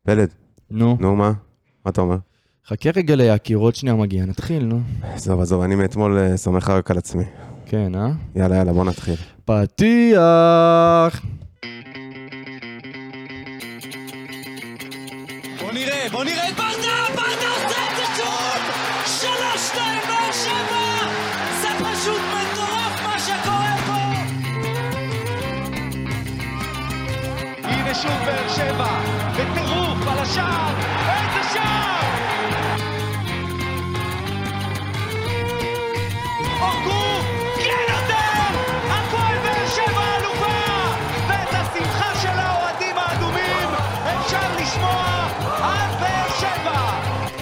פלד. נו. נו, מה? מה אתה אומר? חכה רגע להכיר, עוד שנייה מגיע, נתחיל, נו. עזוב, אני מאתמול סומך רק על עצמי. כן, יאללה, בוא נתחיל. פתיח! בוא נראה את ברדה עושה את זה שוב! 3-2 באר שבע! זה פשוט מטורף מה שקורה פה! הנה שוב באר שבע, בטירוף על השער, איזה שער! אורגו, כן יותר! הפועל באר שבע אלופה! ואת השמחה של האוהדים האדומים אפשר לשמוע על באר שבע!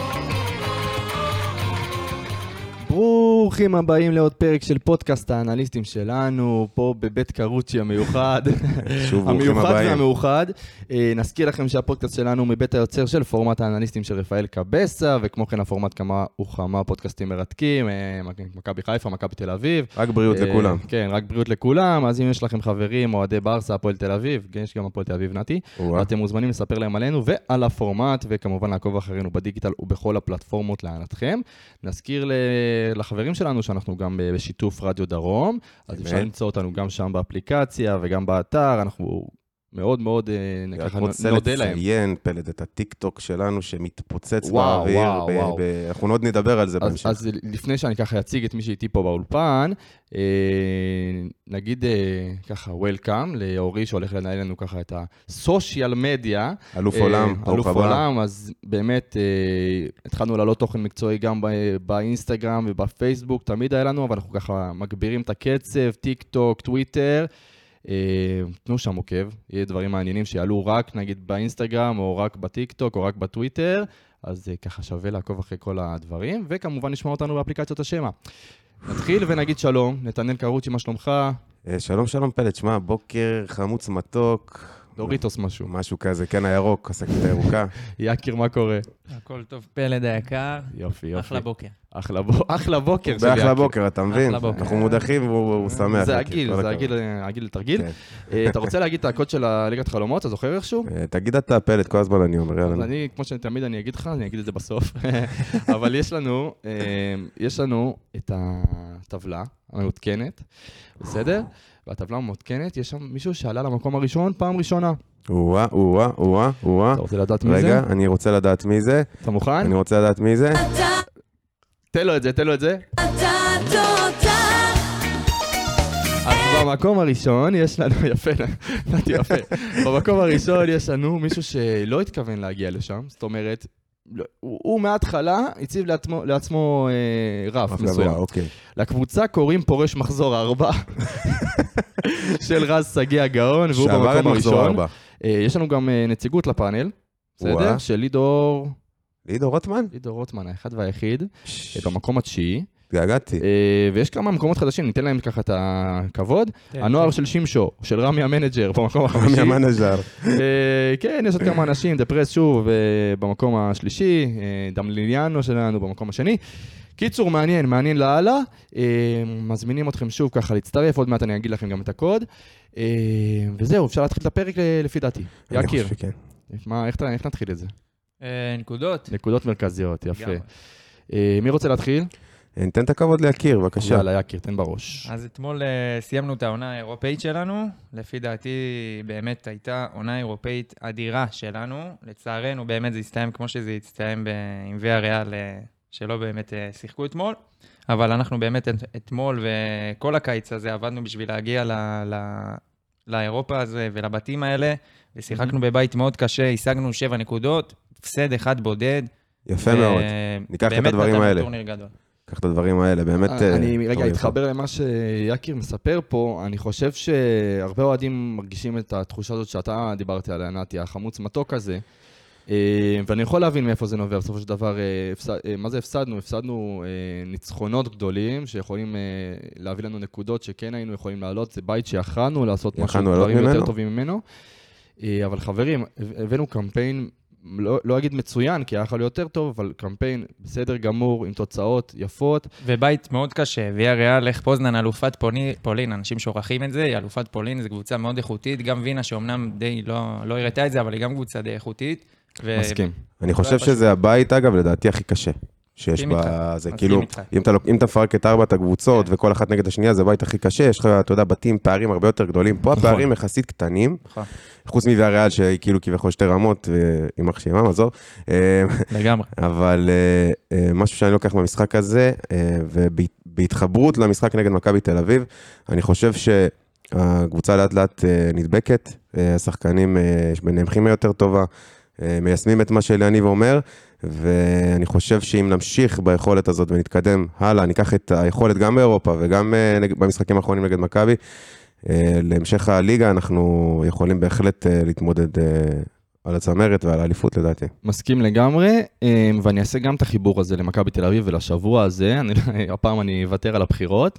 ברוכים הבאים לעוד פרק של פודקאסט האנליסטים שלנו, פה בבית קרוצ'י המיוחד. שוב ברוכים המיוחד הבאים. והמאוחד. נזכיר לכם שהפודקאסט שלנו מבית היוצר של פורמט האנליסטים של רפאל קבסה, וכמו כן הפורמט כמה וכמה פודקאסטים מרתקים, מכבי חיפה, מכבי תל אביב. רק בריאות לכולם. כן, רק בריאות לכולם. אז אם יש לכם חברים, אוהדי ברסה, הפועל תל אביב, יש גם הפועל תל אביב נתי, אתם מוזמנים לספר להם עלינו ועל הפורמט, וכמובן לעקוב אחרינו בדיגיטל ובכל הפלטפורמות לענתכם. נזכיר לחברים שלנו שאנחנו גם בשיתוף רדיו דרום, אז אפשר למצוא אותנו גם שם באפליקציה וגם באתר, אנחנו מאוד מאוד נודה להם. רוצה לציין, פלד, את הטיק טוק שלנו שמתפוצץ וואו, באוויר, וואו, וואו. אנחנו עוד נדבר על זה בהמשך. אז לפני שאני ככה אציג את מי שאיתי פה באולפן, נגיד ככה וולקאם לאורי שהולך לנהל לנו ככה את הסושיאל מדיה. אלוף עולם, אלוף עולם, אז באמת התחלנו לעלות תוכן מקצועי גם באינסטגרם ובפייסבוק, תמיד היה לנו, אבל אנחנו ככה מגבירים את הקצב, טיק טוק, טוויטר, תנו שם עוקב, יהיה דברים מעניינים שיעלו רק נגיד באינסטגרם או רק בטיק טוק או רק בטוויטר, אז ככה שווה לעקוב אחרי כל הדברים, וכמובן נשמע אותנו באפליקציות השמה. נתחיל ונגיד שלום, נתנאל קרוצ'י, מה שלומך? שלום פלד, שמע, בוקר חמוץ מתוק. דוריטוס משהו. משהו כזה, כן, הירוק, השקית הירוקה. יקיר, מה קורה? הכל טוב, פלד היקר. יופי. אחלה בוקר. אחלה בוקר של יקיר. באחלה בוקר, אתה מבין? אחלה בוקר. אנחנו מודחים והוא שמח. זה הגיל לתרגיל. אתה רוצה להגיד את הקוד של ליגת חלומות, אתה זוכר איכשהו? תגיד אתה פלד, כל הזמן אני אומר, יאללה. אני, כמו שתמיד אני אגיד לך, אני אגיד את זה בסוף. אבל יש לנו את הטבלה המעודכנת, בסדר? והטבלה המעודכנת, יש שם מישהו שעלה למקום הראשון, פעם ראשונה. אתה אתה רוצה לדעת מי זה? רגע, אני רוצה לדעת מי זה. אתה מוכן? אני רוצה לדעת מי זה. תן לו את זה. אז במקום הראשון יש לנו, יפה. במקום הראשון יש לנו מישהו שלא התכוון להגיע לשם, זאת אומרת, הוא מההתחלה הציב לעצמו רף מסוים. לקבוצה קוראים פורש מחזור 4 של רז סגי הגאון, והוא במקום הראשון. יש לנו גם נציגות לפאנל, בסדר? של לידור רוטמן, האחד והיחיד, במקום התשיעי. געגעתי. ויש כמה מקומות חדשים, ניתן להם ככה את הכבוד. הנוער של שימשו, של רמי המנג'ר, במקום החמישי. רמי המנג'ר. כן, יש עוד כמה אנשים, דפרס שוב במקום השלישי, דמליאנו שלנו במקום השני. קיצור, מעניין להלאה. מזמינים אתכם שוב ככה להצטרף, עוד מעט אני אגיד לכם גם את הקוד. וזהו, אפשר להתחיל את הפרק לפי דעתי. יקיר, איך נתחיל את זה? נקודות. נקודות מרכזיות, יפה. מי רוצה להתחיל? ניתן את הכבוד להכיר, בבקשה. יאללה, יקיר, תן בראש. אז אתמול סיימנו את העונה האירופאית שלנו. לפי דעתי באמת הייתה עונה אירופאית אדירה שלנו. לצערנו באמת זה הסתיים כמו שזה הסתיים עם ויה ריאל שלא באמת שיחקו אתמול. אבל אנחנו באמת אתמול וכל הקיץ הזה עבדנו בשביל להגיע לאירופה הזה ולבתים האלה. ושיחקנו בבית מאוד קשה, השגנו 7 נקודות, הפסד אחד בודד. יפה מאוד. ניקח את הדברים האלה. קח את הדברים האלה, באמת... אני רגע אתחבר למה שיקיר מספר פה, אני חושב שהרבה אוהדים מרגישים את התחושה הזאת שאתה דיברתי עליה, נתי, החמוץ מתוק הזה, ואני יכול להבין מאיפה זה נובע, בסופו של דבר, מה זה הפסדנו? הפסדנו ניצחונות גדולים, שיכולים להביא לנו נקודות שכן היינו יכולים לעלות, זה בית שיכלנו לעשות משהו, דברים יותר טובים ממנו, אבל חברים, הבאנו קמפיין, לא אגיד מצוין, כי היה יכול להיות יותר טוב, אבל קמפיין בסדר גמור, עם תוצאות יפות. ובית מאוד קשה, ויה ריאל, איך פוזנן, אלופת פולין, אנשים שוכחים את זה, אלופת פולין, זו קבוצה מאוד איכותית, גם וינה שאומנם די לא הראתה את זה, אבל היא גם קבוצה די איכותית. מסכים. אני חושב שזה הבית, אגב, לדעתי הכי קשה. שיש בה, זה כאילו, אם אתה מפרק את 4 הקבוצות וכל אחת נגד השנייה, זה הבית הכי קשה, יש לך, אתה יודע, בתים, פערים הרבה יותר גדולים, פה הפערים יחסית קטנים, חוץ מוויאריאל שהיא כאילו כביכול 2 רמות, עם אח שימה, מזור. לגמרי. אבל משהו שאני לוקח מהמשחק הזה, ובהתחברות למשחק נגד מכבי תל אביב, אני חושב שהקבוצה לאט לאט נדבקת, השחקנים ביניהם כימיה יותר טובה, מיישמים את מה שאליניב אומר, ואני חושב שאם נמשיך ביכולת הזאת ונתקדם הלאה, ניקח את היכולת גם באירופה וגם במשחקים האחרונים נגד מכבי, להמשך הליגה אנחנו יכולים בהחלט להתמודד על הצמרת ועל האליפות לדעתי. מסכים לגמרי, ואני אעשה גם את החיבור הזה למכבי תל אביב ולשבוע הזה, הפעם אני אוותר על הבחירות,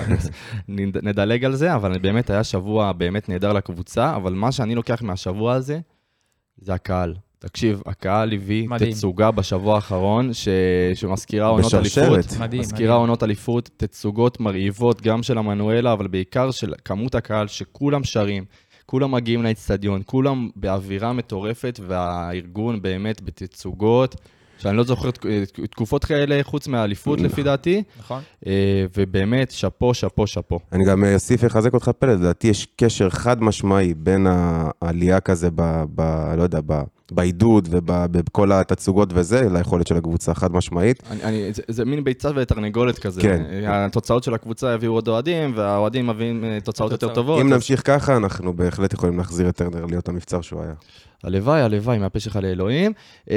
נדלג על זה, אבל באמת היה שבוע באמת נהדר לקבוצה, אבל מה שאני לוקח מהשבוע הזה, זה הקהל. תקשיב, הקהל הביא תצוגה בשבוע האחרון, שמזכירה עונות אליפות, מזכירה עונות אליפות, תצוגות מרהיבות גם של המנואלה, אבל בעיקר של כמות הקהל שכולם שרים, כולם מגיעים לאצטדיון, כולם באווירה מטורפת, והארגון באמת בתצוגות, שאני לא זוכר תקופות כאלה חוץ מהאליפות לפי דעתי, נכון. ובאמת שפו, שפו, שפו. אני גם אוסיף לחזק אותך פלד, לדעתי יש קשר חד משמעי בין העלייה כזה לא יודע, בעידוד ובכל התצוגות וזה, ליכולת של הקבוצה חד משמעית. זה מין ביצה ותרנגולת כזה. כן. התוצאות של הקבוצה הביאו עוד אוהדים, והאוהדים מביאים תוצאות יותר טובות. אם נמשיך ככה, אנחנו בהחלט יכולים להחזיר את טרנר להיות המבצר שהוא היה. הלוואי, הלוואי, מהפה שלך לאלוהים.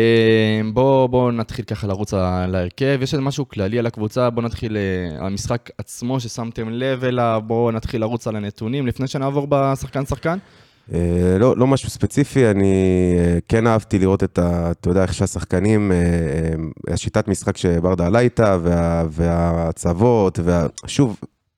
בואו נתחיל ככה לרוץ להרכב. יש משהו כללי על הקבוצה, בואו נתחיל המשחק עצמו ששמתם לב אליו, בואו נתחיל לרוץ על הנתונים, לפני שנעבור בשחקן-שחקן. לא משהו ספציפי, אני כן אהבתי לראות אתה יודע, איך שהשחקנים, השיטת משחק שברדה עלה איתה, והצוות, ושוב,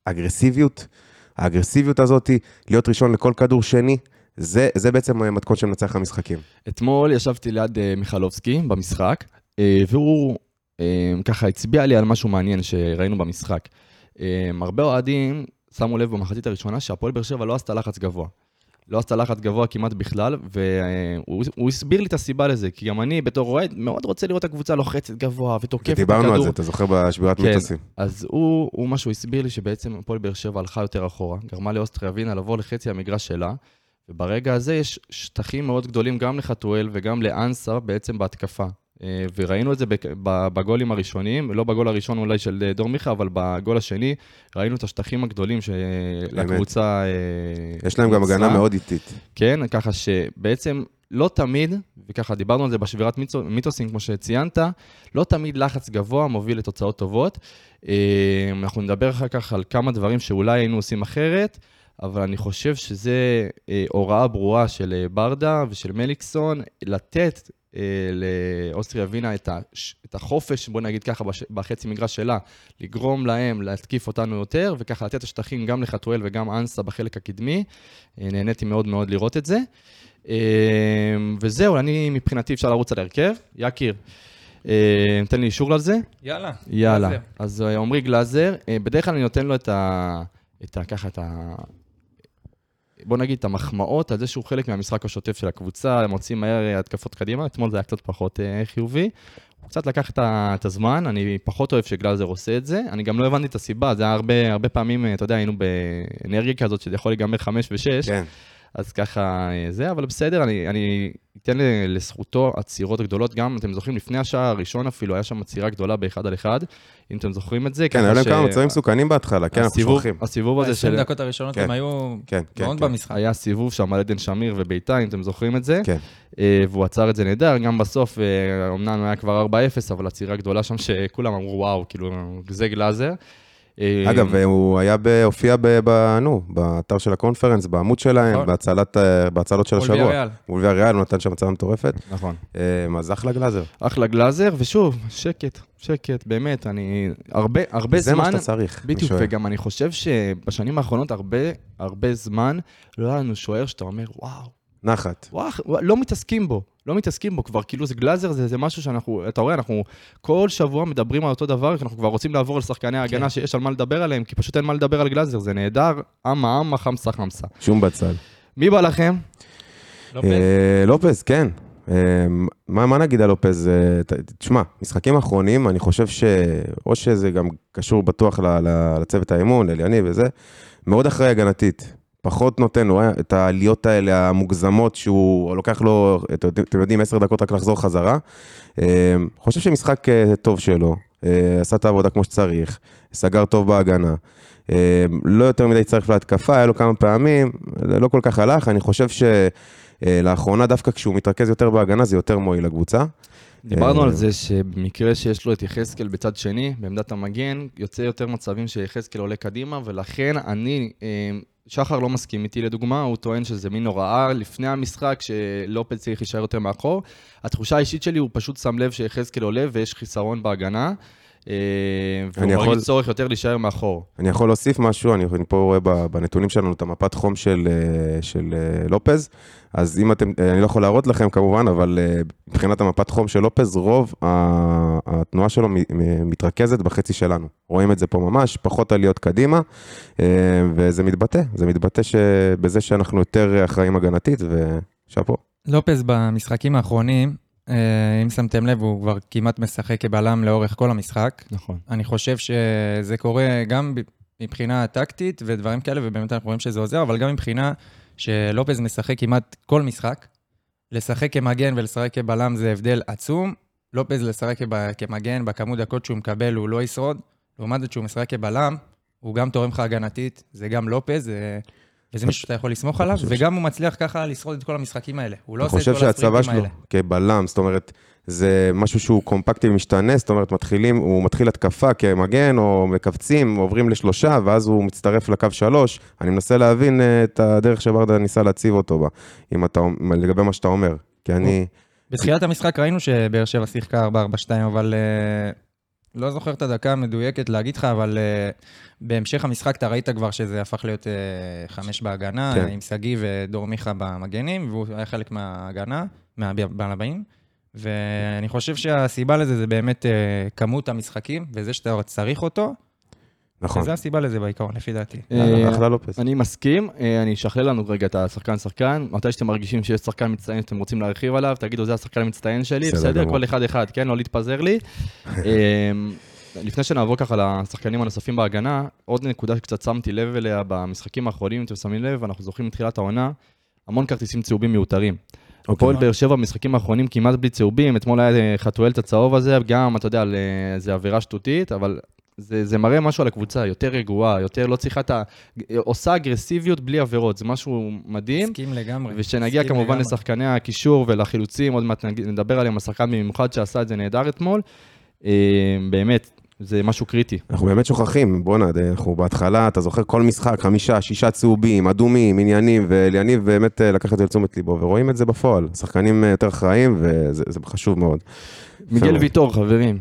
האגרסיביות הזאת, להיות ראשון לכל כדור שני, זה בעצם מתכון שמנצח המשחקים. אתמול ישבתי ליד מיכלובסקי במשחק, והוא ככה הצביע לי על משהו מעניין שראינו במשחק. הרבה אוהדים שמו לב במחצית הראשונה שהפועל באר שבע לא עשתה לחץ גבוה. לא עשתה לחץ גבוה כמעט בכלל, והוא הסביר לי את הסיבה לזה, כי גם אני בתור אוהד מאוד רוצה לראות את הקבוצה לוחצת גבוה ותוקפת את הכדור. דיברנו על זה, אתה זוכר בשבירת מיתוסים. אז הוא משהו הסביר לי שבעצם הפועל באר שבע הלכה יותר אחורה, גרמה לאוסטריה ווינה לבוא לחצי המגרש שלה, וברגע הזה יש שטחים מאוד גדולים גם לחתואל וגם לאנסה בעצם בהתקפה. וראינו את זה בגולים הראשונים, לא בגול הראשון אולי של דור מיכה, אבל בגול השני ראינו את השטחים הגדולים שלקבוצה... יש להם גם הגנה מאוד איטית. כן, ככה שבעצם לא תמיד, וככה דיברנו על זה בשבירת מיתוסים כמו שציינת, לא תמיד לחץ גבוה מוביל לתוצאות טובות. אנחנו נדבר אחר כך על כמה דברים שאולי היינו עושים אחרת, אבל אני חושב שזה הוראה ברורה של ברדה ושל מליקסון, לתת לאוסטריה ווינה את החופש, בוא נגיד ככה, בחצי מגרש שלה, לגרום להם להתקיף אותנו יותר, וככה לתת השטחים גם לחתואל וגם אנסה בחלק הקדמי. נהניתי מאוד מאוד לראות את זה. וזהו, אני מבחינתי אפשר לרוץ על הרכב. יקיר, נתן לי אישור לזה? יאללה. יאללה. אז עומרי גלאזר, בדרך כלל אני נותן לו בוא נגיד את המחמאות על זה שהוא חלק מהמשחק השוטף של הקבוצה, הם מוצאים מהר התקפות קדימה, אתמול זה היה קצת פחות חיובי, הוא קצת לקח את הזמן, אני פחות אוהב שגלאזר עושה את זה, אני גם לא הבנתי את הסיבה, זה היה הרבה פעמים, אתה יודע, היינו באנרגיה כזאת שזה יכול להיגמר 5 ו-6, כן. אז ככה זה, אבל בסדר, אני אתן לזכותו עצירות גדולות, גם אתם זוכרים לפני השעה הראשון אפילו, היה שם עצירה גדולה ב1 על 1, אם אתם זוכרים את זה. כן, היו להם כמה מצבים מסוכנים בהתחלה, כן, אנחנו שוכחים. הסיבוב הזה של... 20 דקות הראשונות הם היו מאוד במשחק. היה סיבוב שם על עדן שמיר וביתה, אם אתם זוכרים את זה, והוא עצר את זה נהדר, גם בסוף, אמנם היה כבר 4-0, אבל עצירה גדולה שם שכולם אמרו, וואו, כאילו, זה גלאזר. אגב, הוא היה הופיע באתר של הקונפרנס, בעמוד שלהם, בהצלות של השבוע. מול ויאריאל, הוא נתן שם הצלה מטורפת. נכון. אז אחלה גלאזר. אחלה גלאזר, ושוב, שקט, באמת, הרבה זמן... זה מה שאתה צריך. בדיוק, וגם אני חושב שבשנים האחרונות הרבה זמן, לא היה לנו שוער שאתה אומר, וואו. נחת. וואו, לא מתעסקים בו כבר, כאילו זה גלאזר, זה משהו שאנחנו, אתה רואה, אנחנו כל שבוע מדברים על אותו דבר, כי אנחנו כבר רוצים לעבור על שחקני ההגנה שיש על מה לדבר עליהם, כי פשוט אין מה לדבר על גלאזר, זה נהדר, אמה, חמסה. שום בצל. מי בא לכם? לופז, כן. מה נגיד על לופז? תשמע, משחקים האחרונים, אני חושב או שזה גם קשור בטוח לצוות האימון, לאליאני וזה, מאוד אחראי הגנתית. פחות נותן לו את העליות האלה המוגזמות, שהוא לוקח לו, אתם יודעים, 10 דקות רק לחזור חזרה. חושב שמשחק טוב שלו, עשה את העבודה כמו שצריך, סגר טוב בהגנה. לא יותר מדי צריך להתקפה, היה לו כמה פעמים, לא כל כך הלך. אני חושב שלאחרונה דווקא כשהוא מתרכז יותר בהגנה, זה יותר מועיל לקבוצה. דיברנו על זה שבמקרה שיש לו את יחזקאל בצד שני, בעמדת המגן, יוצא יותר מצבים שיחזקאל עולה קדימה, ולכן שחר לא מסכים איתי לדוגמה, הוא טוען שזה מין הוראה לפני המשחק, שלופז צריך להישאר יותר מאחור. התחושה האישית שלי, הוא פשוט שם לב שיחזקאל עולה ויש חיסרון בהגנה, והוא מרגיש צורך יותר להישאר מאחור. אני יכול להוסיף משהו, אני פה רואה בנתונים שלנו את המפת חום של לופז, אז אם אני לא יכול להראות לכם כמובן, אבל מבחינת המפת חום של לופז, רוב התנועה שלו מתרכזת בחצי שלנו. רואים את זה פה ממש, פחות עליות קדימה, וזה מתבטא בזה שאנחנו יותר אחראים הגנתית, ושאפו. לופז במשחקים האחרונים, אם שמתם לב, הוא כבר כמעט משחק כבלם לאורך כל המשחק. נכון. אני חושב שזה קורה גם מבחינה טקטית ודברים כאלה, ובאמת אנחנו רואים שזה עוזר, אבל גם מבחינה שלופז משחק כמעט כל משחק. לשחק כמגן ולשחק כבלם זה הבדל עצום. לופז לשחק כמגן, בכמות דקות שהוא מקבל, הוא לא ישרוד. לעומת זאת שהוא משחק כבלם, הוא גם תורם לך הגנתית, זה גם לופז, וזה מישהו שאתה יכול לסמוך עליו, וגם הוא מצליח ככה לשרוד את כל המשחקים האלה. הוא לא עושה את כל הספרינטים האלה. אני חושב שהצבא שלו כבלם, זאת אומרת, זה משהו שהוא קומפקטי ומשתנה, זאת אומרת, הוא מתחיל התקפה כמגן, או מקבצים, עוברים לשלושה, ואז הוא מצטרף לקו 3. אני מנסה להבין את הדרך שברדה ניסה להציב אותו בה, לגבי מה שאתה אומר. כי אני... בתחילת המשחק ראינו שבאר שבע שיחקה 4-4-2, אבל לא זוכר את הדקה המדויקת להגיד לך, אבל בהמשך המשחק אתה ראית כבר שזה הפך להיות 5 בהגנה, עם סגי ודור מיכה במגנים, והוא היה חלק מההגנה, מהבעל הבאים. ואני חושב שהסיבה לזה זה באמת כמות המשחקים, וזה שאתה צריך אותו. נכון. וזה הסיבה לזה בעיקרון, לפי דעתי. אחלה לופז. אני מסכים, אני אשכלל לנו רגע את השחקן. מתי שאתם מרגישים שיש שחקן מצטיין שאתם רוצים להרחיב עליו, תגידו, זה השחקן המצטיין שלי, בסדר? כל אחד, כן? לא להתפזר לי. לפני שנעבור ככה לשחקנים הנוספים בהגנה, עוד נקודה שקצת שמתי לב אליה במשחקים האחרונים, אתם שמים לב, אנחנו זוכרים מתחילת העונה, המון כרטיסים צהובים מיותרים. הפועל באר שבע במשחקים האחרונים כמעט בלי צהובים, אתמול היה חתואל את הצהוב הזה, גם, אתה יודע, זה עבירה שטותית, אבל זה מראה משהו על הקבוצה, יותר רגועה, יותר לא צריכה עושה אגרסיביות בלי עבירות, זה משהו מדהים. מסכים לגמרי. ושנגיע כמובן לשחקני הקישור ולחילוצים, עוד מעט נדבר עליהם, השחקן במיוחד שעשה את זה נהדר אתמול, באמת, זה משהו קריטי. אנחנו באמת שוכחים, בוא נעד, אנחנו בהתחלה, אתה זוכר כל משחק, 5, 6 צהובים, אדומים, עניינים, ואליניב באמת לקח את זה לתשומת ליבו, ורואים את זה בפועל. שחקנים יותר אחראים, וזה חשוב מאוד. מיגל ויטור, חברים.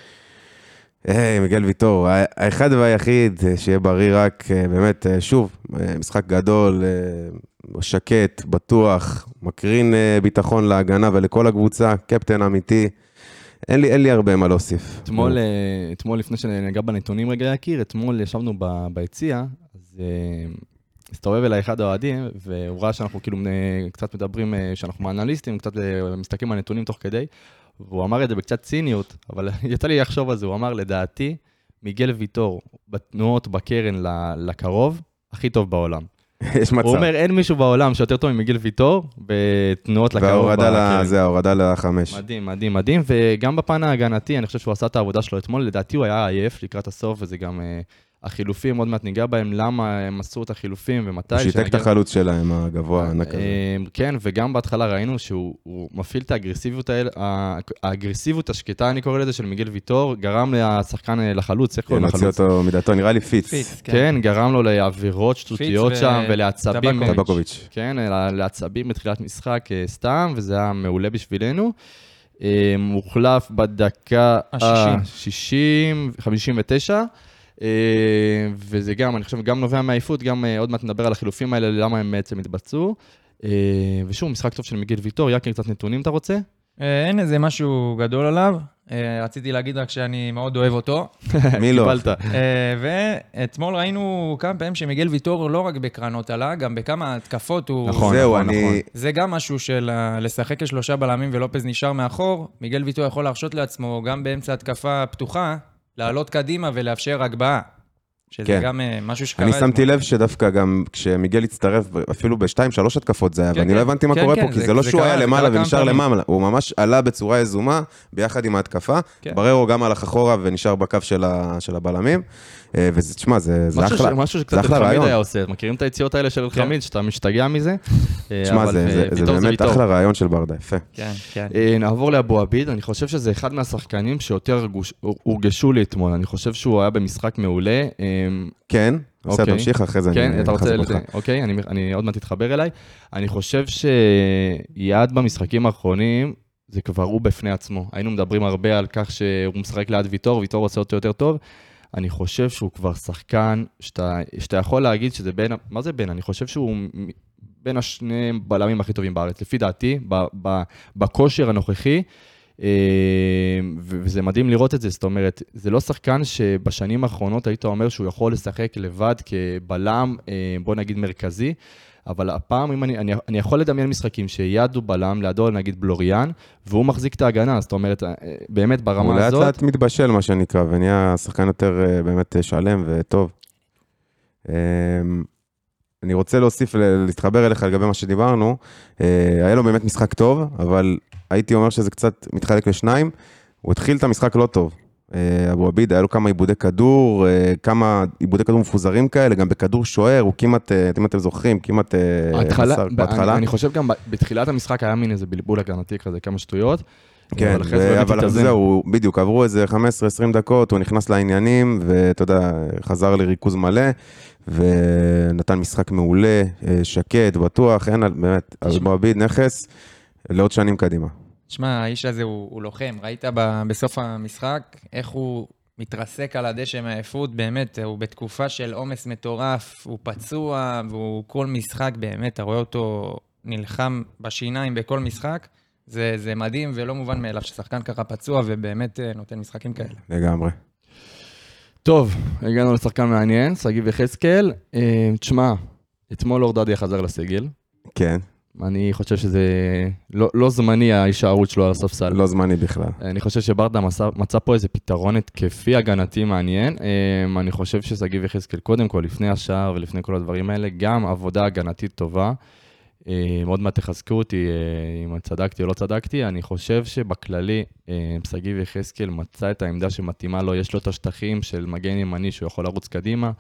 מיגל ויטור, האחד והיחיד שיהיה בריא רק, באמת, שוב, משחק גדול, שקט, בטוח, מקרין ביטחון להגנה ולכל הקבוצה, קפטן אמיתי. אין לי הרבה מה להוסיף. אתמול לפני שנגע בנתונים רגע יכיר, אתמול ישבנו ביציע, אז הסתובב אליי אחד האוהדים, והוא ראה שאנחנו כאילו קצת מדברים, שאנחנו מאנליסטים, קצת מסתכלים על נתונים תוך כדי, והוא אמר את זה בקצת ציניות, אבל יצא לי לחשוב על זה, הוא אמר לדעתי, מיגל ויטור בתנועות בקרן לקרוב, הכי טוב בעולם. יש מצב. הוא אומר, אין מישהו בעולם שיותר טוב ממיגל ויטור, בתנועות לקרוב. וההורדה ל5. מדהים, וגם בפן ההגנתי, אני חושב שהוא עשה את העבודה שלו אתמול, לדעתי הוא היה עייף לקראת הסוף, וזה גם החילופים, עוד מעט ניגע בהם, למה הם עשו את החילופים ומתי. הוא שיתק את החלוץ שלהם, הגבוה, הענק הזה. כן, וגם בהתחלה ראינו שהוא מפעיל את האגרסיביות האלה, האגרסיביות השקטה, אני קורא לזה, של מיגל ויטור, גרם לשחקן לחלוץ, איך קוראים לחלוץ? נוציא אותו מדעתו, נראה לי פיץ. כן, גרם לו לעבירות שטותיות שם, ולעצבים. טבקוביץ'. כן, לעצבים בתחילת משחק סתם, וזה היה מעולה בשבילנו. מוחלף בדקה ה-60, 59, וזה גם, אני חושב, גם נובע מהעייפות, גם עוד מעט נדבר על החילופים האלה, למה הם בעצם התבצעו. ושוב, משחק טוב של מיגל ויטור, יקר, קצת נתונים אתה רוצה? אין איזה משהו גדול עליו. רציתי להגיד רק שאני מאוד אוהב אותו. מי לא? קיבלת. ואתמול ראינו כמה פעמים שמיגל ויטור לא רק בקרנות עלה, גם בכמה התקפות הוא... נכון, זהו, נכון. זה גם משהו של לשחק כשלושה בלמים ולופז נשאר מאחור. מיגל ויטור יכול להרשות לעצמו גם באמצע התקפה פתוחה, לעלות קדימה ולאפשר הגבהה. שזה כן. גם משהו שקרה... אני שמתי לב שדווקא גם כשמיגל הצטרף, אפילו ב2-3 התקפות זה היה, ואני לא הבנתי מה קורה פה, כי זה לא שהוא היה למעלה ונשאר למעלה, הוא ממש עלה בצורה יזומה, ביחד עם ההתקפה, בררו גם הלך אחורה ונשאר בקו של הבלמים, וזה, תשמע, זה אחלה, משהו שקצת אלחמיד היה עושה, מכירים את היציאות האלה של אלחמיד, שאתה משתגע מזה? תשמע, זה באמת אחלה רעיון של ברדה, יפה. כן, כן. נעבור לאבו עביד, אני חושב שזה אחד מהשחקנים שיותר הורגשו לי אתמול, אני חושב שהוא היה במשחק מעולה. כן, בסדר, תמשיך אחרי זה. כן, אתה רוצה לזה, אוקיי, אני עוד מעט תתחבר אליי. אני חושב שיעד במשחקים האחרונים, זה כבר הוא בפני עצמו. היינו מדברים הרבה על כך שהוא משחק ליד ויטור, ויטור עושה אותו יותר טוב. אני חושב שהוא כבר שחקן, שאתה יכול להגיד שזה בין, מה זה בין? אני חושב שהוא בין השני בלמים הכי טובים בארץ, לפי דעתי, בכושר הנוכחי, וזה מדהים לראות את זה, זאת אומרת, זה לא שחקן שבשנים האחרונות היית אומר שהוא יכול לשחק לבד כבלם, בוא נגיד מרכזי, אבל הפעם, אם אני יכול לדמיין משחקים שיד הוא בלם, לידו נגיד בלוריאן, והוא מחזיק את ההגנה, זאת אומרת, באמת ברמה הזאת... הוא לאט לאט מתבשל, מה שנקרא, ונהיה שחקן יותר באמת שלם וטוב. אני רוצה להוסיף, להתחבר אליך לגבי מה שדיברנו, היה לו באמת משחק טוב, אבל הייתי אומר שזה קצת מתחלק לשניים, הוא התחיל את המשחק לא טוב. אבו עביד, היה לו כמה עיבודי כדור, כמה עיבודי כדור מפוזרים כאלה, גם בכדור שוער, הוא כמעט, אם אתם זוכרים, כמעט בהתחלה. אני חושב גם בתחילת המשחק היה מין איזה בלבול הגנתי כזה, כמה שטויות. כן, אבל זהו, בדיוק, עברו איזה 15-20 דקות, הוא נכנס לעניינים, ואתה יודע, חזר לריכוז מלא, ונתן משחק מעולה, שקט, בטוח, אין, באמת, אבו עביד נכס לעוד שנים קדימה. תשמע, האיש הזה הוא לוחם, ראית בסוף המשחק, איך הוא מתרסק על הדשא מהעייפות, באמת, הוא בתקופה של עומס מטורף, הוא פצוע, והוא כל משחק, באמת, אתה רואה אותו נלחם בשיניים בכל משחק, זה מדהים ולא מובן מאליו ששחקן ככה פצוע, ובאמת נותן משחקים כאלה. לגמרי. טוב, הגענו לשחקן מעניין, שגיב יחזקאל, תשמע, אתמול אור דדיה חזר לסגל. כן. אני חושב שזה לא זמני ההישארות שלו על הספסל. לא זמני בכלל. אני חושב שברדה מצא פה איזה פתרון התקפי הגנתי מעניין. אני חושב ששגיב יחזקאל קודם כל, לפני השער ולפני כל הדברים האלה, גם עבודה הגנתית טובה. מאוד מעט תחזקו אותי אם צדקתי או לא צדקתי. אני חושב שבכללי שגיב יחזקאל מצא את העמדה שמתאימה לו, יש לו את השטחים של מגן ימני שהוא יכול לרוץ קדימה.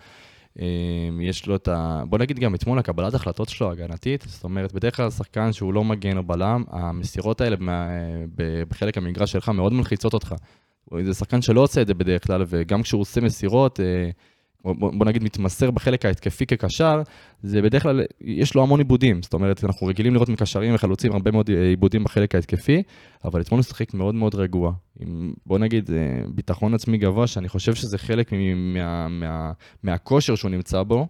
יש לו את בוא נגיד גם אתמול הקבלת החלטות שלו הגנתית, זאת אומרת, בדרך כלל שחקן שהוא לא מגן או בלם, המסירות האלה בחלק המגרש שלך מאוד מלחיצות אותך. זה שחקן שלא עושה את זה בדרך כלל, וגם כשהוא עושה מסירות, בוא נגיד מתמסר בחלק ההתקפי כקשר, זה בדרך כלל, יש לו המון עיבודים, זאת אומרת, אנחנו רגילים לראות מקשרים וחלוצים, הרבה מאוד עיבודים בחלק ההתקפי, אבל אתמול הוא שחק מאוד מאוד רגוע, עם, בוא נגיד, ביטחון עצמי גבוה, שאני חושב שזה חלק מהכושר שהוא נמצא בו,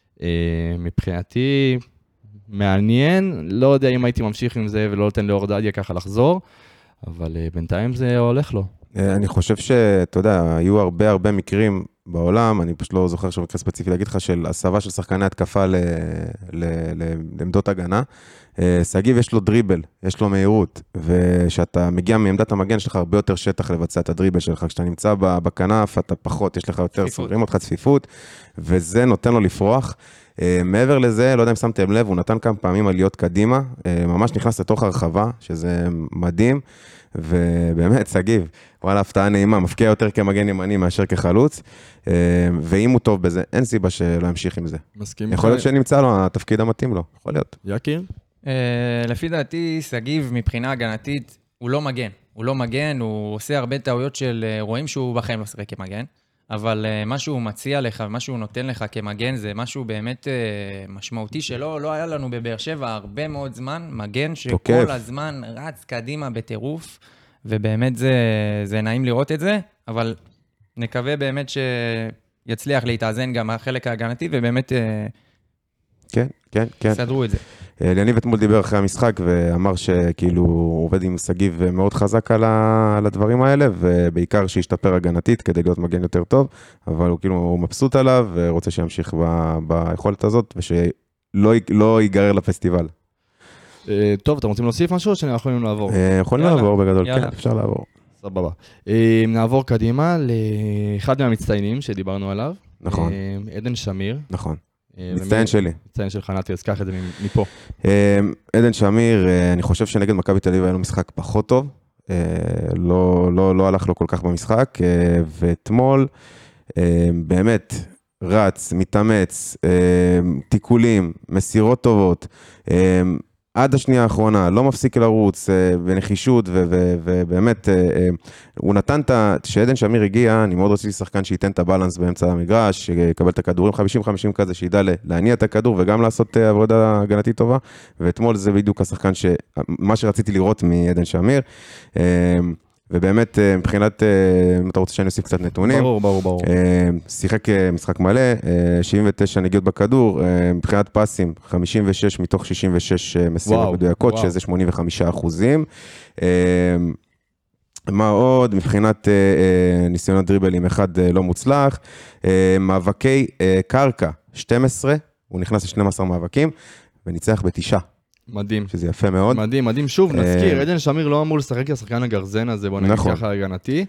מבחינתי מעניין, לא יודע אם הייתי ממשיך עם זה ולא נותן לאור דדיה ככה לחזור, אבל בינתיים זה הולך לו. אני חושב שאתה יודע, היו הרבה מקרים בעולם, אני פשוט לא זוכר שמקרה ספציפי להגיד לך, של הסבה של שחקני התקפה לעמדות הגנה. שגיב יש לו דריבל, יש לו מהירות, ושאתה מגיע מעמדת המגן, יש לך הרבה יותר שטח לבצע את הדריבל שלך. כשאתה נמצא בכנף, אתה פחות, יש לך יותר סוגרים אותך צפיפות, וזה נותן לו לפרוח. מעבר לזה, לא יודע אם שמתם לב, הוא נתן כמה פעמים עליות קדימה, ממש נכנס לתוך הרחבה, שזה מדהים, ובאמת, שגיב, וואלה, הפתעה נעימה, מפקיע יותר כמגן ימני מאשר כחלוץ, ואם הוא טוב בזה, אין סיבה שלא ימשיך עם זה. מסכים. יכול להיות שנמצא לו התפקיד המתאים לו, יכול להיות. יקיר? לפי דעתי, שגיב מבחינה הגנתית, הוא לא מגן. הוא לא מגן, הוא עושה הרבה טעויות של רואים שהוא בחיים לא שחק כמגן, אבל מה שהוא מציע לך ומה שהוא נותן לך כמגן זה משהו באמת משמעותי שלא לא היה לנו בבאר שבע הרבה מאוד זמן, מגן שכל הזמן רץ קדימה בטירוף, ובאמת זה נעים לראות את זה, אבל נקווה באמת שיצליח להתאזן גם החלק ההגנתי, ובאמת כן. סדרו את זה. יניב אתמול דיבר אחרי המשחק ואמר שכאילו הוא עובד עם סגיב מאוד חזק על הדברים האלה, ובעיקר שישתפר הגנתית כדי להיות מגן יותר טוב, אבל הוא כאילו מבסוט עליו ורוצה שימשיך ביכולת הזאת ושלא ייגרר לפסטיבל. טוב, אתם רוצים להוסיף משהו או שאנחנו יכולים לעבור? יכולים לעבור בגדול, כן, אפשר לעבור. סבבה. נעבור קדימה לאחד מהמצטיינים שדיברנו עליו. נכון. עדן שמיר. נכון. מצטיין שלי. מצטיין שלך, נתי, אז קח את זה מפה. עדן שמיר, אני חושב שנגד מכבי תל אביב היה לו משחק פחות טוב. לא הלך לו כל כך במשחק, ואתמול באמת רץ, מתאמץ, תיקולים, מסירות טובות, עד השנייה האחרונה, לא מפסיק לרוץ בנחישות, ובאמת, הוא נתן שעדן שמיר הגיע, אני מאוד רציתי שחקן שייתן את הבלנס באמצע המגרש, שיקבל את הכדורים 50-50 כזה, שידע להניע את הכדור, וגם לעשות עבודה הגנתית טובה, ואתמול זה בדיוק השחקן מה שרציתי לראות מעדן שמיר, ובאמת, מבחינת, אם אתה רוצה שאני אוסיף קצת נתונים, ברור. שיחק משחק מלא, 79 נגיעות בכדור, מבחינת פסים, 56 מתוך 66 מסירות מדויקות, שזה 85%. מה עוד? מבחינת ניסיונות דריבלים, אחד לא מוצלח, מאבקי קרקע, 12, הוא נכנס ל-12 מאבקים, וניצח ב9. מדהים. שזה יפה מאוד. מדהים. שוב, נזכיר, עדן שמיר לא אמור לשחק כשחקן הגרזן הזה, בוא נגיד ככה הגנתי,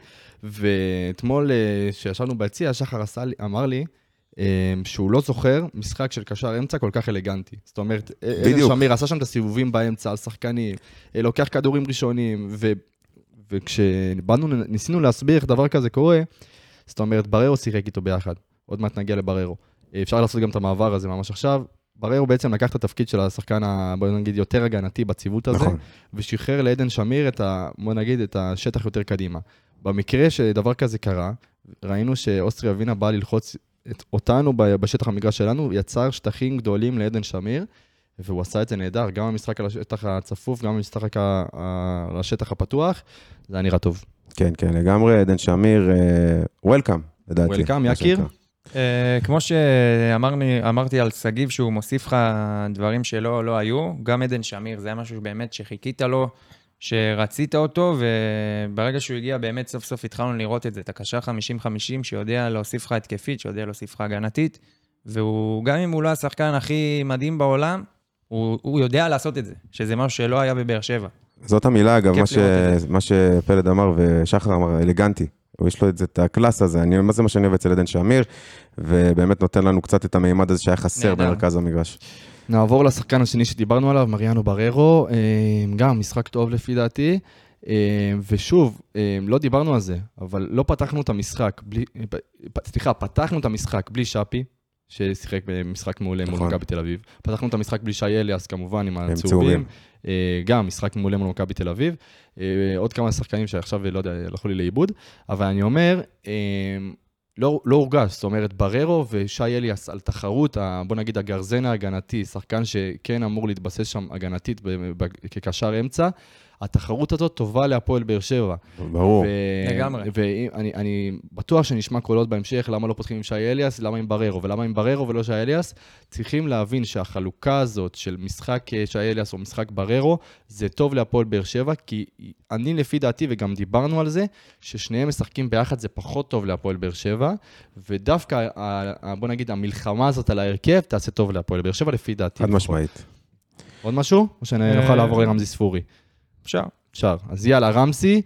ואתמול שישבנו ביציע, שחר אמר לי, שהוא לא זוכר משחק של קשר אמצע כל כך אלגנטי. זאת אומרת, עדן שמיר עשה שם את הסיבובים באמצע על שחקנים, לוקח כדורים ראשונים, וכשבאנו, ניסינו להסביר איך דבר כזה קורה, זאת אומרת, בררו שיחק איתו ביחד. עוד מעט נגיע לבררו. אפשר לעשות גם את המעבר הזה ממש עכשיו. בררו בעצם לקח את התפקיד של השחקן, בוא נגיד, יותר הגנתי בציוות הזה, ושחרר לעדן שמיר בוא נגיד, את השטח יותר קדימה. במקרה שדבר כזה קרה, ראינו שאוסטריה ווינה באה ללחוץ אותנו בשטח המגרש שלנו, יצר שטחים גדולים לעדן שמיר, והוא עשה את זה נהדר, גם המשחק על השטח הצפוף, גם המשחק על השטח הפתוח, זה היה נראה טוב. כן, לגמרי, עדן שמיר, וולקאם, לדעתי. וולקאם, יקיר? כמו שאמרתי על סגיב, שהוא מוסיף לך דברים שלא היו, גם עדן שמיר, זה היה משהו באמת שחיכית לו, שרצית אותו, וברגע שהוא הגיע, באמת סוף סוף התחלנו לראות את זה, את הקשר 50-50, שיודע להוסיף לך התקפית, שיודע להוסיף לך הגנתית, והוא, גם אם הוא לא השחקן הכי מדהים בעולם, הוא יודע לעשות את זה, שזה משהו שלא היה בבאר שבע. זאת המילה, אגב, מה שפלד אמר ושחר אמר, אלגנטי. יש לו את הקלאס הזה, מה זה מה שאני אוהב אצל עדן שמיר, ובאמת נותן לנו קצת את המימד הזה שהיה חסר במרכז המגרש. נעבור לשחקן השני שדיברנו עליו, מריאנו בררו, גם משחק טוב לפי דעתי, ושוב, לא דיברנו על זה, אבל לא פתחנו את המשחק, פתחנו את המשחק בלי שפי, ששיחק במשחק מעולה מול מכבי תל אביב, פתחנו את המשחק בלי שי אליאס כמובן עם הצהובים, גם משחק מעולה מול מכבי תל אביב, עוד כמה שחקנים שעכשיו לא יודע, הלכו לי לאיבוד, אבל אני אומר, לא הורגש, זאת אומרת, בררו ושי אליאס על תחרות, בוא נגיד הגרזן ההגנתי, שחקן שכן אמור להתבסס שם הגנתית כקשר אמצע, התחרות הזאת טובה להפועל באר שבע. ברור. לגמרי. ואני בטוח שנשמע קולות בהמשך, למה לא פותחים עם שי אליאס, למה עם בררו, ולמה עם בררו ולא שי אליאס, צריכים להבין שהחלוקה הזאת של משחק שי אליאס או משחק בררו, זה טוב להפועל באר שבע, כי אני לפי דעתי, וגם דיברנו על זה, ששניהם משחקים ביחד, זה פחות טוב להפועל באר שבע, ודווקא, בוא נגיד, המלחמה הזאת על ההרכב, תעשה טוב להפועל באר שבע, לפי דעתי. עד משמעית. עוד משהו? או שנוכל לעבור לרמזי ספורי? אפשר. אז יאללה, רמסי,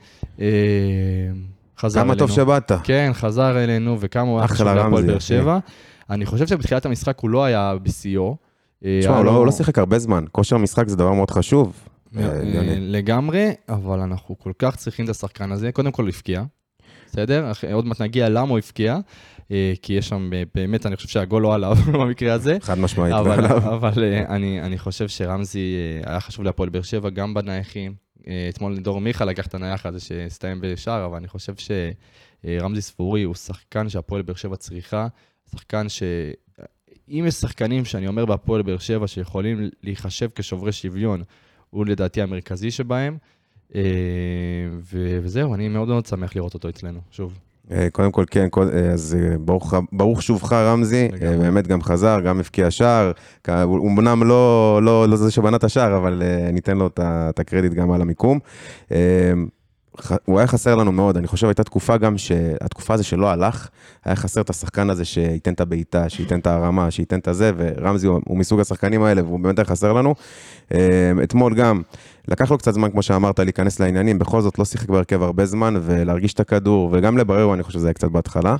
חזר אלינו. כמה טוב שבאת. כן, חזר אלינו, וכמה הוא היה חשוב להפועל באר שבע. אני חושב שבתחילת המשחק הוא לא היה בשיאו. תשמע, הוא לא שיחק הרבה זמן. כושר משחק זה דבר מאוד חשוב. לגמרי, אבל אנחנו כל כך צריכים את השחקן הזה. קודם כל הוא הפקיע. בסדר? עוד מעט נגיע למה הוא הפקיע. כי יש שם, באמת, אני חושב שהגול לא עליו במקרה הזה. חד משמעית. אבל אני חושב שרמזי היה חשוב להפועל באר שבע, גם בנייחים. אתמול דור מיכה לקח את הנייח הזה שהסתיים בשער, אבל אני חושב שרמזי ספורי הוא שחקן שהפועל באר שבע צריכה, שחקן אם יש שחקנים שאני אומר בהפועל באר שבע שיכולים להיחשב כשוברי שוויון, הוא לדעתי המרכזי שבהם, וזהו, אני מאוד מאוד שמח לראות אותו אצלנו, שוב. קודם כל, כן, אז ברוך שובך רמזי, באמת גם חזר, גם הפקיע שער, הוא אמנם לא זה שבנה את השער, אבל ניתן לו את הקרדיט גם על המיקום. הוא היה חסר לנו מאוד, אני חושב הייתה תקופה גם שהתקופה הזו שלא הלך, היה חסר את השחקן הזה שייתן את הבעיטה, שייתן את הרמה, שייתן את הזה, ורמזי הוא מסוג השחקנים האלה, והוא באמת היה חסר לנו. אתמול גם, לקח לו קצת זמן, כמו שאמרת, להיכנס לעניינים, בכל זאת לא שיחק בהרכב הרבה זמן, ולהרגיש את הכדור, וגם לברר, אני חושב שזה היה קצת בהתחלה.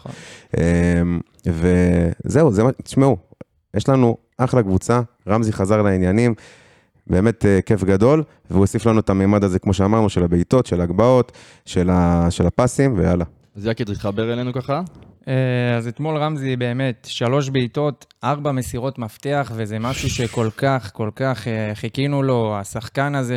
וזהו, תשמעו, יש לנו אחלה קבוצה, רמזי חזר לעניינים, באמת כיף גדול, והוא הוסיף לנו את המימד הזה, כמו שאמרנו, של הבעיטות, של הגבעות, של הפסים, ויאללה. אז יקי, תתחבר אלינו ככה? אז אתמול רמזי באמת 3 בעיטות, 4 מסירות מפתח, וזה משהו שכל כך חיכינו לו, השחקן הזה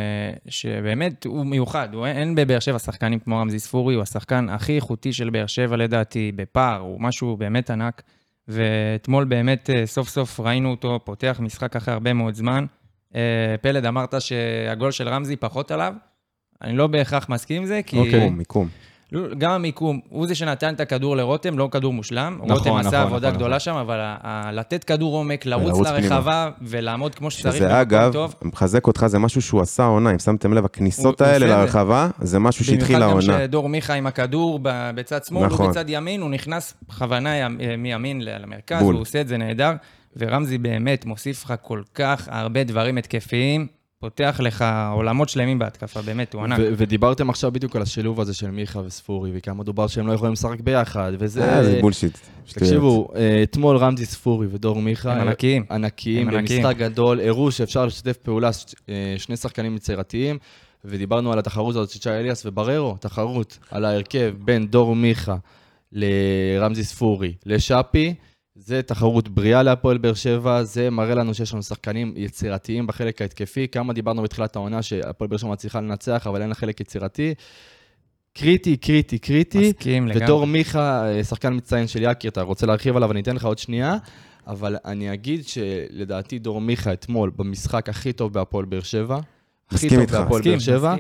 שבאמת הוא מיוחד, אין בבאר שבע שחקנים כמו רמזי ספורי, הוא השחקן הכי איכותי של באר שבע לדעתי, בפער, הוא משהו באמת ענק, ואתמול באמת סוף סוף ראינו אותו, פותח משחק אחרי הרבה מאוד זמן, פלד, אמרת שהגול של רמזי פחות עליו, אני לא בהכרח מסכים עם זה, כי... מיקום. גם המיקום, הוא זה שנתן את הכדור לרותם, לא כדור מושלם, רותם עשה עבודה גדולה שם, אבל לתת כדור עומק, לרוץ לרחבה ולעמוד כמו שצריך. שזה אגב, מחזק אותך, זה משהו שהוא עשה העונה, אם שמתם לב, הכניסות האלה לרחבה, זה משהו שהתחיל העונה. במיוחד גם שדור מיכה עם הכדור בצד שמאל, הוא בצד ימין, הוא נכנס בכוונה מימין למרכז, הוא עושה את זה נהדר, ורמזי באמת מוסיף לך כל כך הרבה דברים התקפיים, פותח לך עולמות שלמים בהתקפה, באמת, הוא ענק. ודיברתם עכשיו בדיוק על השילוב הזה של מיכה וספורי, וכמה דובר שהם לא יכולים לשחק ביחד, וזה... זה בולשיט. תקשיבו, אתמול רמזי ספורי ודור מיכה... הם ענקיים. ענקיים, במשחק גדול, הראו שאפשר לשתף פעולה, שני שחקנים יצירתיים, ודיברנו על התחרות הזאת של צ'י אליאס ובררו, תחרות על ההרכב בין דור מיכה לרמזי ספורי לשאפי, זה תחרות בריאה להפועל באר שבע, זה מראה לנו שיש לנו שחקנים יצירתיים בחלק ההתקפי, כמה דיברנו בתחילת העונה שהפועל באר שבע מצליחה לנצח, אבל אין לה חלק יצירתי. קריטי. מסכים לגמרי. ודור מיכה, שחקן מצטיין של יקיר, אתה רוצה להרחיב עליו, אני אתן לך עוד שנייה, אבל אני אגיד שלדעתי דור מיכה אתמול במשחק הכי טוב בהפועל באר שבע, הכי טוב בהפועל באר שבע,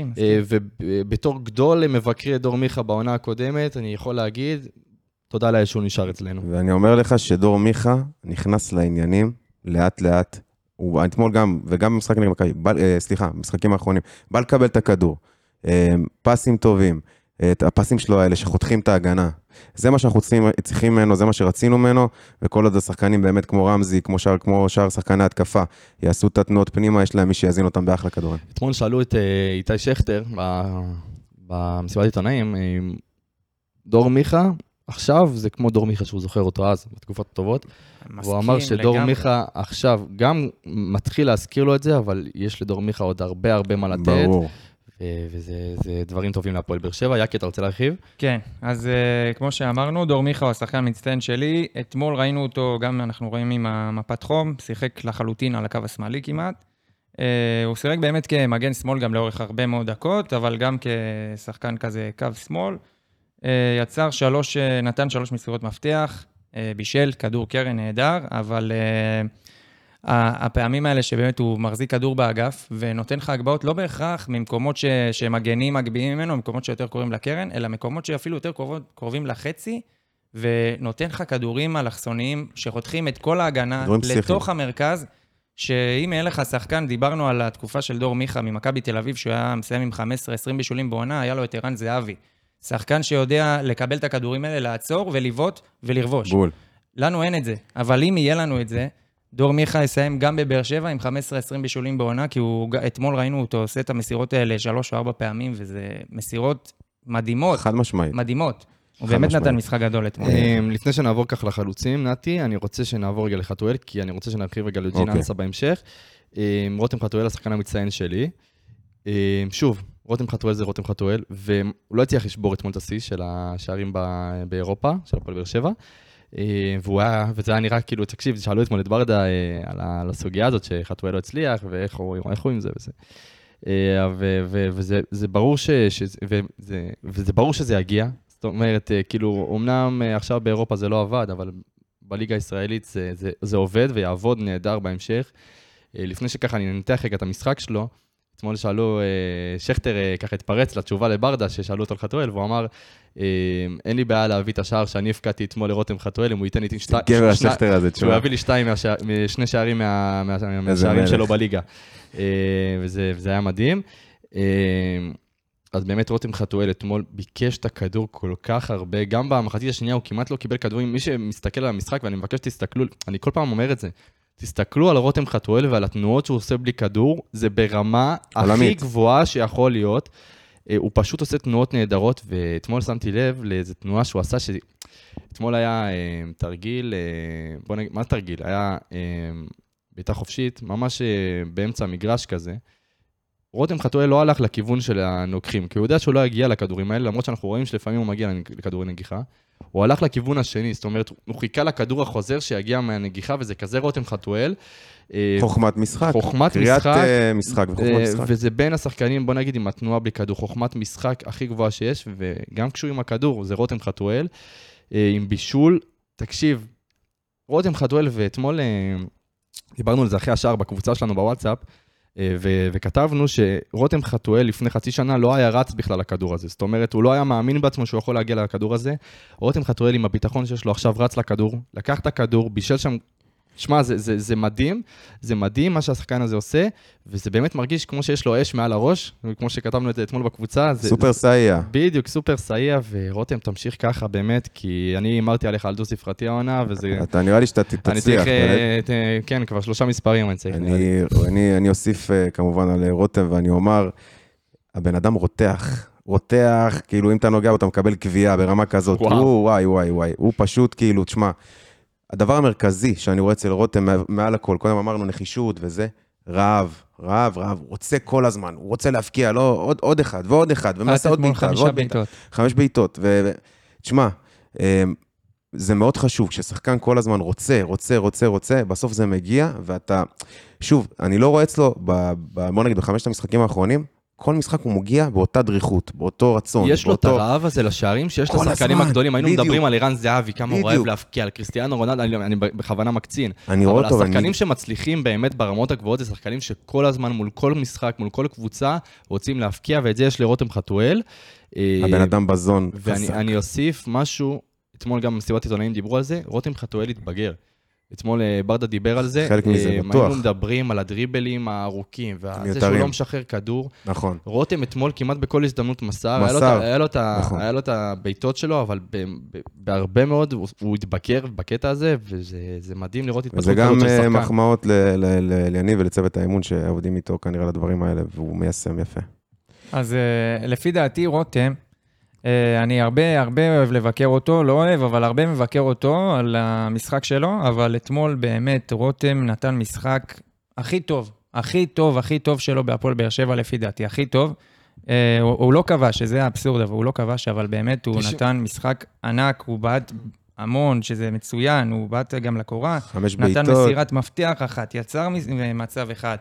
ובתור גדול מבקרי דור מיכה בעונה הקודמת, אני יכול להגיד, תודה לה שהוא נשאר אצלנו. ואני אומר לך שדור מיכה נכנס לעניינים לאט לאט, הוא אתמול גם, וגם במשחק נגד מכבי, משחקים האחרונים, בא לקבל את הכדור, פסים טובים, את הפסים שלו האלה שחותכים את ההגנה, זה מה שאנחנו צריכים ממנו, זה מה שרצינו ממנו, וכל עוד השחקנים באמת כמו רמזי, כמו שאר שחקני התקפה, יעשו את התנועות פנימה, יש להם מי שיזין אותם באחלה כדורים. אתמול שאלו את איתי שכטר, במסיבת עיתונאים, דור מיכה, עכשיו זה כמו דור מיכה שהוא זוכר אותו אז, בתקופות טובות. והוא אמר שדור מיכה עכשיו גם מתחיל להזכיר לו את זה, אבל יש לדור מיכה עוד הרבה מה לתת. ברור. וזה דברים טובים להפועל באר שבע. יקי, אתה רוצה להרחיב? כן, אז כמו שאמרנו, דור מיכה הוא השחקן המצטיין שלי. אתמול ראינו אותו, גם אנחנו רואים עם המפת חום, שיחק לחלוטין על הקו השמאלי כמעט. הוא שיחק באמת כמגן שמאל גם לאורך הרבה מאוד דקות, אבל גם כשחקן כזה קו שמאל. יצר נתן 3 מסירות מפתח, בישל, כדור קרן נהדר, אבל הפעמים האלה שבאמת הוא מחזיק כדור באגף, ונותן לך הגבעות לא בהכרח ממקומות שמגנים מגביעים ממנו, מקומות שיותר קרובים לקרן, אלא מקומות שאפילו יותר קרובים לחצי, ונותן לך כדורים אלכסוניים שחותכים את כל ההגנה לתוך המרכז, שאם אין לך שחקן, דיברנו על התקופה של דור מיכה ממכבי תל אביב, שהוא היה מסיים עם 15-20 בישולים בעונה, היה לו את ערן זהבי. שחקן שיודע לקבל את הכדורים האלה, לעצור ולבעוט ולרבוש. בול. לנו אין את זה, אבל אם יהיה לנו את זה, דור מיכה יסיים גם בבאר שבע עם 15-20 בישולים בעונה, כי אתמול ראינו אותו עושה את המסירות האלה 3 או 4 פעמים, וזה מסירות מדהימות. חד משמעית. מדהימות. הוא באמת נתן משחק גדול אתמול. לפני שנעבור כך לחלוצים, נתי, אני רוצה שנעבור רגע לחתואל, כי אני רוצה שנרחיב רגע לג'ין אנסה בהמשך. רותם חתואל, השחקן המצטיין שלי. שוב, רותם חתואל זה רותם חתואל, והוא לא הצליח לשבור אתמול את השיא של השערים באירופה, של הפועל באר שבע, וזה היה נראה כאילו, תקשיב, שאלו אתמול את ברדה על הסוגיה הזאת שחתואל לא הצליח, ואיך הוא עם זה וזה. וזה ברור שזה יגיע, זאת אומרת, כאילו, אמנם עכשיו באירופה זה לא עבד, אבל בליגה הישראלית זה עובד ויעבוד נהדר בהמשך. לפני שככה אני ננתח רגע את המשחק שלו, אתמול שאלו, שכטר ככה התפרץ לתשובה לברדה, ששאלו אותו על חתואל, והוא אמר, אין לי בעיה להביא את השער שאני הפקעתי אתמול לרותם חתואל, אם הוא ייתן לי שהוא יביא לי 2 משני שערים מהשערים שלו בליגה. וזה היה מדהים. אז באמת רותם חתואל אתמול ביקש את הכדור כל כך הרבה, גם במחצית השנייה הוא כמעט לא קיבל כדורים, מי שמסתכל על המשחק, ואני מבקש שתסתכלו, אני כל פעם אומר את זה, תסתכלו על רותם חתואל ועל התנועות שהוא עושה בלי כדור, זה ברמה הכי גבוהה שיכול להיות, הוא פשוט עושה תנועות נהדרות, ואתמול שמתי לב לאיזו תנועה שהוא עשה, שאתמול היה תרגיל, בוא נגיד, מה תרגיל? היה בעיטה חופשית, ממש באמצע המגרש כזה, רותם חתואל לא הלך לכיוון של הנוקחים, כי הוא יודע שהוא לא יגיע לכדורים האלה, למרות שאנחנו רואים שלפעמים הוא מגיע לכדורי נגיחה, הוא הלך לכיוון השני, זאת אומרת, הוא חיכה לכדור החוזר שיגיע מהנגיחה, וזה כזה רותם חתואל. חוכמת משחק. קריאת משחק וחוכמת משחק. וזה בין השחקנים, בוא נגיד, עם התנועה בלי כדור, חוכמת משחק הכי גבוהה שיש, וגם כשהוא עם הכדור, זה רותם חתואל, עם בישול. תקשיב, רותם חתואל, ואתמול דיברנו על זה אחרי השער בקבוצה שלנו בוואטסאפ, וכתבנו שרותם חתואל לפני חצי שנה לא היה רץ בכלל לכדור הזה. זאת אומרת, הוא לא היה מאמין בעצמו שהוא יכול להגיע לכדור הזה. רותם חתואל עם הביטחון שיש לו עכשיו רץ לכדור, לקח את הכדור, בישל שם, שמע, זה מדהים, זה מדהים מה שהשחקן הזה עושה, וזה באמת מרגיש כמו שיש לו אש מעל הראש, וכמו שכתבנו את זה אתמול בקבוצה. סופר סאיה. בדיוק, סופר סאיה, ורותם תמשיך ככה באמת, כי אני אמרתי עליך על דו ספרתי העונה, וזה... אתה נראה לי שאתה תצליח. אני צריך, כן, כבר 3 מספרים אני צריך. אני אוסיף כמובן על רותם, ואני אומר, הבן אדם רותח, כאילו אם אתה נוגע בו, אתה מקבל קביעה ברמה כזאת. וואי, הוא פשוט כאילו, תשמע, הדבר המרכזי שאני רואה אצל רותם מעל הכל, קודם אמרנו נחישות וזה, רעב, הוא רוצה כל הזמן, הוא רוצה להפקיע, לא, עוד אחד ועוד אחד, ומנסה עוד בעיטה, 5 בעיטות, ותשמע, זה מאוד חשוב, כששחקן כל הזמן רוצה, בסוף זה מגיע, ואתה, שוב, אני לא רואה אצלו, בוא נגיד, ב5 המשחקים האחרונים, כל משחק הוא מגיע באותה דריכות, באותו רצון. יש לו את הרעב הזה לשערים שיש לשחקנים הגדולים. היינו מדברים על ערן זהבי, כמה הוא אוהב להפקיע, על קריסטיאנו רונלדו, אני בכוונה מקצין. אבל השחקנים שמצליחים באמת ברמות הגבוהות, זה שחקנים שכל הזמן מול כל משחק, מול כל קבוצה, רוצים להפקיע, ואת זה יש לרותם חתואל. הבן אדם בזון. ואני אוסיף משהו, אתמול גם מסיבת עיתונאים דיברו על זה, רותם חתואל התבגר. אתמול ברדה דיבר על זה. חלק מזה, בטוח. היינו מדברים על הדריבלים הארוכים, וזה שהוא לא משחרר כדור. נכון. רותם אתמול כמעט בכל הזדמנות מסר. היה לו את הביתות שלו, אבל בהרבה מאוד הוא התבקר בקטע הזה, וזה מדהים לראות התפתחות כזאת של שחקן. וזה גם מחמאות ליניב ולצוות האימון שעובדים איתו כנראה לדברים האלה, והוא מיישם יפה. אז לפי דעתי רותם, אני הרבה אוהב לבקר אותו, לא אוהב, אבל הרבה מבקר אותו על המשחק שלו, אבל אתמול באמת רותם נתן משחק הכי טוב שלו בהפועל באר שבע לפי דעתי, הכי טוב. הוא לא כבש, שזה האבסורד, אבל הוא לא כבש, אבל באמת הוא נתן משחק ענק, הוא בעט המון, שזה מצוין, הוא בעט גם לקורה, 5 בעיטות. נתן מסירת מפתח אחת, יצר מצב אחד.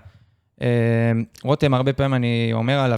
רותם הרבה פעמים אני אומר עליו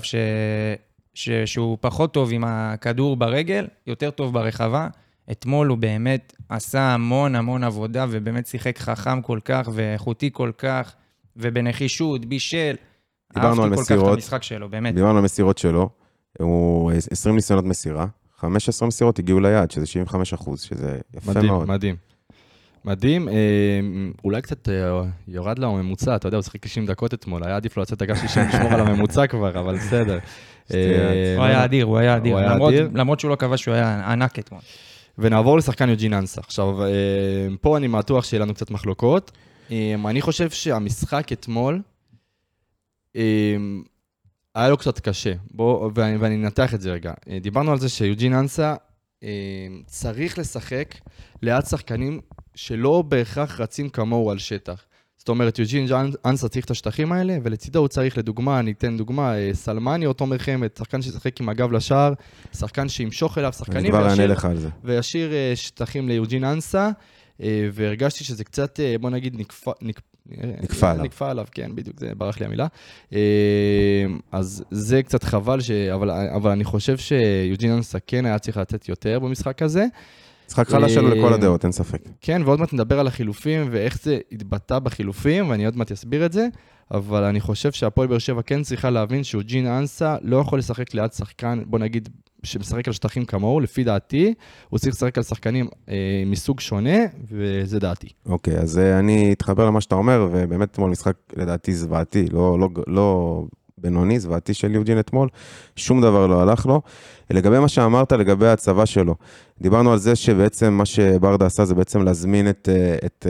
שהוא פחות טוב עם הכדור ברגל, יותר טוב ברחבה. אתמול הוא באמת עשה המון עבודה, ובאמת שיחק חכם כל כך, ואיכותי כל כך, ובנחישות, בישל. דיברנו על מסירות. כל כך את המשחק שלו, באמת. דיברנו על מסירות שלו. הוא 20 ניסיונות מסירה. 15 מסירות הגיעו ליד, שזה 75%, שזה יפה מאוד. מדהים. אולי קצת יורד לו הממוצע, אתה יודע, הוא שחק 90 דקות אתמול, היה עדיף לו לצאת דקה 60 לשמור על הממוצע כבר, אבל בסדר. הוא היה אדיר. למרות שהוא לא קבע שהוא היה ענק אתמול. ונעבור לשחקן יוג'ין אנסה. עכשיו, פה אני בטוח שיהיה לנו קצת מחלוקות. אני חושב שהמשחק אתמול היה לו קצת קשה. ואני נתח את זה רגע. דיברנו על זה שיוג'ין אנסה צריך לשחק ליד שחקנים שלא בהכרח רצים כמוהו על שטח. זאת אומרת, יוג'ין אנסה צריך את השטחים האלה, ולצידו הוא צריך לדוגמה, אני אתן דוגמה, סלמני או תומר חמד, שחקן ששחק עם הגב לשער, שחקן שימשוך אליו, שחקנים וישיר שטחים ליוג'ין אנסה, והרגשתי שזה קצת, בוא נגיד, נקפה עליו, כן, בדיוק, זה ברח לי המילה. אז זה קצת חבל, אבל אני חושב שיוג'ין אנסה כן היה צריך לתת יותר במשחק הזה. משחק חלש שלו לכל הדעות, אין ספק. כן, ועוד מעט נדבר על החילופים, ואיך זה התבטא בחילופים, ואני עוד מעט אסביר את זה, אבל אני חושב שהפועל באר שבע כן צריכה להבין שיוג'ין אנסה לא יכול לשחק ליד שחקן, בוא נגיד, שמשחק על שטחים כמוהו, לפי דעתי, הוא צריך לשחק על שחקנים מסוג שונה, וזה דעתי. אוקיי, אז אני אתחבר למה שאתה אומר, ובאמת אתמול משחק לדעתי זוועתי, לא בינוני, זוועתי של יוג'ין אתמול, שום דבר לא הלך לו. לגבי מה שאמרת, לגבי הצבא שלו, דיברנו על זה שבעצם מה שברדה עשה זה בעצם להזמין את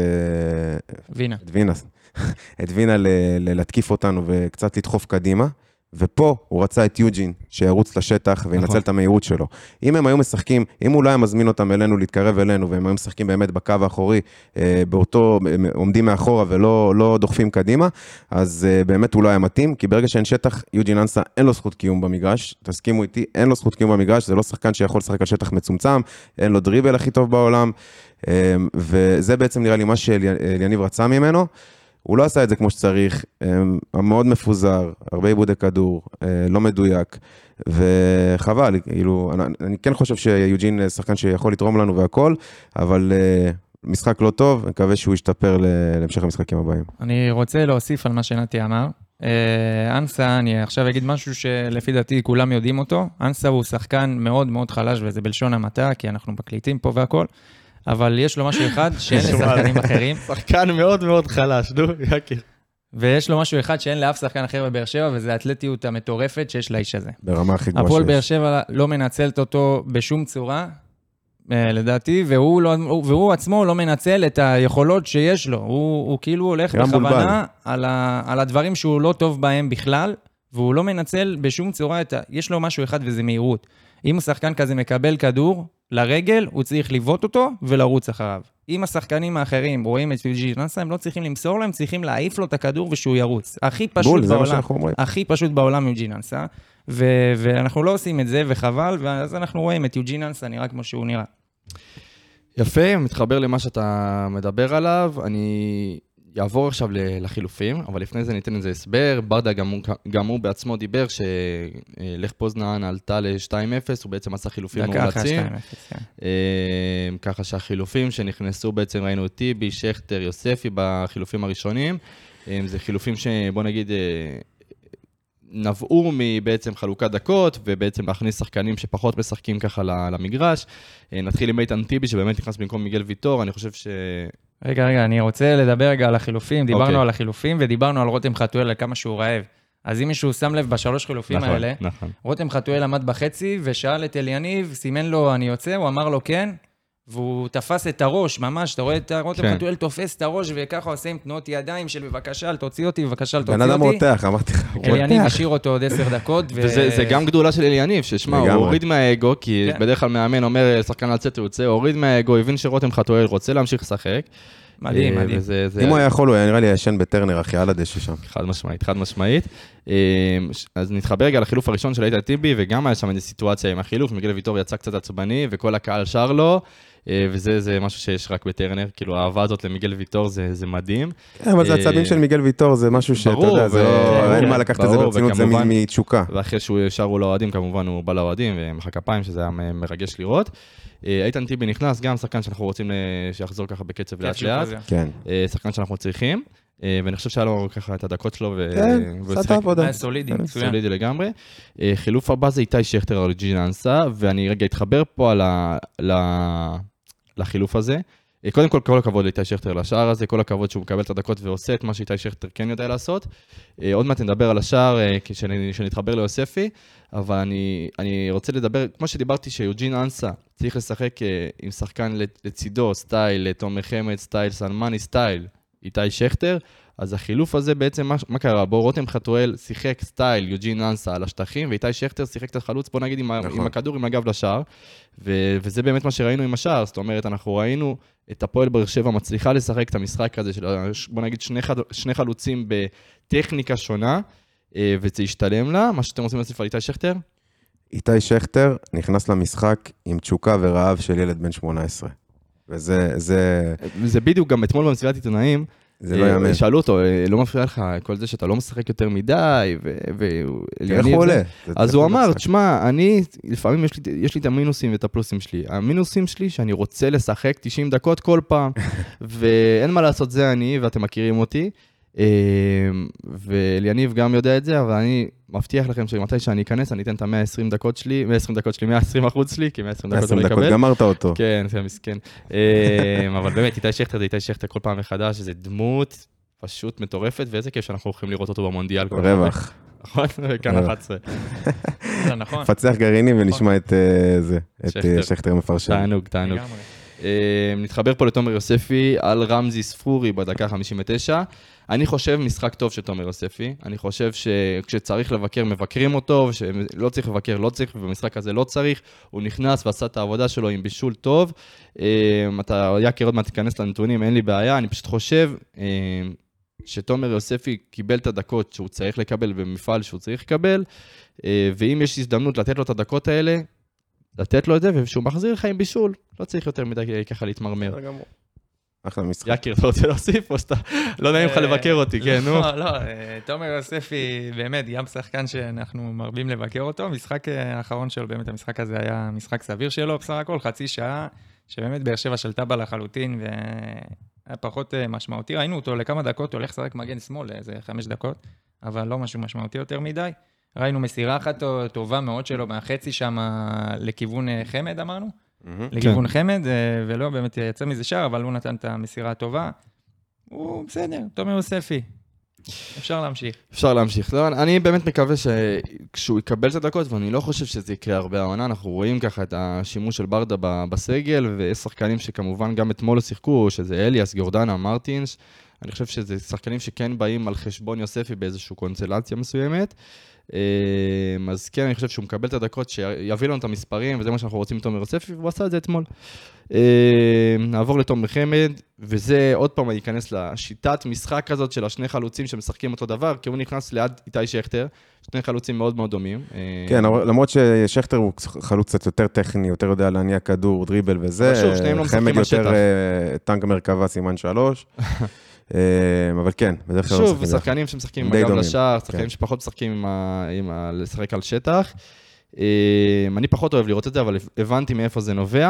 וינה להתקיף אותנו וקצת לדחוף קדימה, ופה הוא רצה את יוג'ין שירוץ לשטח וינצל את המהירות שלו. אם הם היו משחקים, אם הוא לא היה מזמין אותם אלינו להתקרב אלינו, והם היו משחקים באמת בקו האחורי, באותו, עומדים מאחורה ולא דוחפים קדימה, אז באמת הוא לא היה מתאים, כי ברגע שאין שטח, יוג'ין אנסה אין לו זכות קיום במגרש, תסכימו איתי, אין לו זכות קיום במגרש, זה לא שחקן שיכול לשחק על שטח מצומצם, אין לו דריבל הכי טוב בעולם, וזה בעצם נראה לי מה שאליניב רצה ממנו, הוא לא עשה את זה כמו שצריך, מאוד מפוזר, הרבה עיבודי כדור, לא מדויק, וחבל, כאילו, אני כן חושב שיוג'ין שחקן שיכול לתרום לנו והכל, אבל משחק לא טוב, אני מקווה שהוא ישתפר להמשך המשחקים הבאים. אני רוצה להוסיף על מה שנתי אמר. אנסה, אני עכשיו אגיד משהו שלפי דעתי כולם יודעים אותו, אנסה הוא שחקן מאוד מאוד חלש, וזה בלשון המעטה, כי אנחנו מקליטים פה והכל, אבל יש לו משהו אחד שאין לשחקנים אחרים. שחקן מאוד מאוד חלש, נו, יקיר. ויש לו משהו אחד שאין לאף שחקן אחר בבאר שבע, וזה האתלטיות המטורפת שיש לאיש הזה. ברמה הכי גבוהה הפועל באר שבע לא מנצלת אותו בשום צורה, לדעתי, והוא עצמו לא מנצל את היכולות שיש לו. הוא כאילו הולך בכוונה על הדברים שהוא לא טוב בהם בכלל, והוא לא מנצל בשום צורה יש לו משהו אחד וזה מהירות. אם השחקן כזה מקבל כדור לרגל, הוא צריך לבוט אותו ולרוץ אחריו. אם השחקנים האחרים רואים את יוג'ין אנסה, הם לא צריכים למסור להם, צריכים להעיף לו את הכדור ושהוא ירוץ. הכי פשוט בעולם יוג'ין אנסה, ואנחנו לא עושים את זה וחבל, ואז אנחנו רואים את יוג'ין אנסה נראה כמו שהוא נראה. יפה, מתחבר למה שאתה מדבר עליו, אני יעבור עכשיו לחילופים, אבל לפני זה ניתן איזה הסבר, ברדה גם הוא בעצמו דיבר שלך פוזנן עלתה ל-2-0, הוא בעצם עשה חילופים מאולצים, ככה שהחילופים שנכנסו בעצם ראינו את טיבי, שכטר, יוספי בחילופים הראשונים, זה חילופים שבוא נגיד נבעו מבעצם חלוקת דקות, ובעצם להכניס שחקנים שפחות משחקים ככה למגרש. נתחיל עם איתן טיבי, שבאמת נכנס במקום מיגל ויטור, אני חושב רגע, אני רוצה לדבר רגע על החילופים, דיברנו על החילופים, ודיברנו על רותם חתואל, על כמה שהוא רעב. אז אם מישהו שם לב בשלוש חילופים האלה, רותם חתואל עמד בחצי, ושאל את אליניב, סימן לו אני יוצא, הוא אמר לו כן, והוא תפס את הראש, ממש, אתה רואה את רותם חתואל תופס את הראש, וככה עושה עם תנועות ידיים של בבקשה, אל תוציא אותי, בבקשה, אל תוציא אותי. בן אדם רותח, אמרתי לך. אליניב השאיר אותו עוד 10 דקות. וזה גם גדולה של אליניב, ששמע, הוא הוריד מהאגו, כי בדרך כלל מאמן אומר, שחקן על צאת יוצא, הוריד מהאגו, הבין שרותם חתואל רוצה להמשיך לשחק. מדהים. אם הוא היה יכול, הוא היה נראה לי ישן בטרנר, אחי, על הדשא שם. חד משמעית. אז נתחבר רגע לחילוף הראשון של איתן טיבי, וגם היה שם איזו סיטואציה עם החילוף, מיגל ויטור יצא קצת עצבני, וכל הקהל שר לו, וזה משהו שיש רק בטרנר, כאילו האהבה הזאת למיגל ויטור זה מדהים. אבל זה הצעדים של מיגל ויטור, זה משהו שאתה יודע, אין מה לקחת את זה ברצינות, זה מתשוקה. ואחרי שהוא שרו לאוהדים, כמובן הוא בא לאוהדים, ומחא כפיים, שזה היה מרגש לראות. איתן טיבי נכנס, גם שחקן שאנחנו רוצים שיחזור ככה בקצב לאט לאט. שחקן שאנחנו צריכים, ואני חושב שהיה לו ככה את הדקות שלו, סעתה עבודה. סולידי לגמרי. חילוף הבא זה איתי שכטר על יוג'ין אנסה, ואני רגע אתחבר פה לחילוף הזה. קודם כל הכבוד לאיתי שכטר לשער הזה, כל הכבוד שהוא מקבל את הדקות ועושה את מה שאיתי שכטר כן יודע לעשות. עוד מעט נדבר על השער, שנתחבר ליוספי, אבל אני רוצה לדבר, כמו שדיברתי שיוג'ין אנסה צריך לשחק עם שחקן לצידו, סטייל, תומר חמד, סטייל, סלמני, סטייל, איתי שכטר, אז החילוף הזה בעצם, מה קרה? בו רותם חתואל שיחק סטייל יוג'ין אנסה על השטחים, ואיתי שכטר שיחק את החלוץ, בוא נגיד עם הכדור, עם הגב לשער, וזה באמת מה שראינו עם השער, זאת אומרת, אנחנו ראינו את הפועל באר שבע מצליחה לשחק את המשחק הזה, של, בוא נגיד שני חלוצים בטכניקה שונה, וזה ישתלם לה. מה שאתם רוצים להוסיף על איתי שכטר? איתי שכטר נכנס למשחק עם תשוקה ורעב של ילד בן 18. זה בדיוק גם אתמול במסיבת עיתונאים, זה לא יאמן. שאלו אותו, לא מפריע לך כל זה שאתה לא משחק יותר מדי, איך הוא עולה? אז הוא אמר, תשמע, לפעמים יש לי את המינוסים ואת הפלוסים שלי. המינוסים שלי שאני רוצה לשחק 90 דקות כל פעם, ואין מה לעשות, זה אני, ואתם מכירים אותי. ואליניב גם יודע את זה, אבל אני מבטיח לכם שמתי שאני אכנס, אני אתן את ה-120 דקות שלי, 120% שלי, כי 120 דקות הוא לא יקבל. 120 דקות גמרת אותו. כן, זה מסכן. אבל באמת, איתי שכטר זה איתי שכטר כל פעם מחדש, זה דמות פשוט מטורפת, ואיזה כיף שאנחנו הולכים לראות אותו במונדיאל. רווח. נכון? וכאן 11. נכון. פצח גרעינים ונשמע את זה, את שכטר מפרשן. תענוג. נתחבר פה לתומר יוספי על רמזי ספורי בדקה 59. אני חושב משחק טוב של תומר יוספי. אני חושב שכשצריך לבקר, מבקרים אותו, ושלא צריך לבקר, לא צריך, ובמשחק הזה לא צריך. הוא נכנס ועשה את העבודה שלו עם בישול טוב. אתה יקר עוד מעט תיכנס לנתונים, אין לי בעיה. אני פשוט חושב שתומר יוספי קיבל את הדקות שהוא צריך לקבל במפעל שהוא צריך לקבל, ואם יש הזדמנות לתת לו את הדקות האלה, לתת לו את זה, ושהוא מחזיר לך עם בישול. לא צריך יותר מדי ככה להתמרמר. אחלה משחק. יקיר, אתה רוצה להוסיף או שאתה... לא נעים לך לבקר אותי, כן, נו. לא, תומר יוספי באמת גם שחקן שאנחנו מרבים לבקר אותו. המשחק האחרון שלו, באמת המשחק הזה היה משחק סביר שלו, בסך הכל חצי שעה, שבאמת באר שבע שלטה בה לחלוטין, והיה פחות משמעותי. ראינו אותו לכמה דקות, הולך לשחק מגן שמאל, איזה 5 דקות, אבל לא משהו משמעותי יותר מדי. ראינו מסירה אחת טובה מאוד שלו מהחצי שם לכיוון חמד, אמרנו. לכיוון חמד, ולא באמת יצא מזה שער, אבל הוא נתן את המסירה הטובה. הוא בסדר, תומר יוספי. אפשר להמשיך. אפשר להמשיך. לא, אני באמת מקווה שכשהוא יקבל את הדקות, ואני לא חושב שזה יקרה הרבה העונה, אנחנו רואים ככה את השימוש של ברדה בסגל, ויש שחקנים שכמובן גם אתמול שיחקו, שזה אליאס, גורדנה, מרטינס. אני חושב שזה שחקנים שכן באים על חשבון יוספי באיזושהי קונסטלציה מסוימת. אז כן, אני חושב שהוא מקבל את הדקות שיביא לנו את המספרים, וזה מה שאנחנו רוצים מתומר יוספי, והוא עשה את זה אתמול. נעבור לתומר חמד, וזה עוד פעם ייכנס לשיטת משחק הזאת של השני חלוצים שמשחקים אותו דבר, כי הוא נכנס ליד איתי שכטר, שני חלוצים מאוד מאוד דומים. כן, למרות ששכטר הוא חלוץ קצת יותר טכני, יותר יודע להניע כדור, דריבל וזה. שוב, שניהם לא משחקים על שטח. חמד יותר טנק מרכבה, סימן 3. אבל כן, בדרך כלל שוב, שחקנים שמשחקים עם הגב לשער, שחקנים שפחות משחקים לשחק על שטח. אני פחות אוהב לראות את זה, אבל הבנתי מאיפה זה נובע.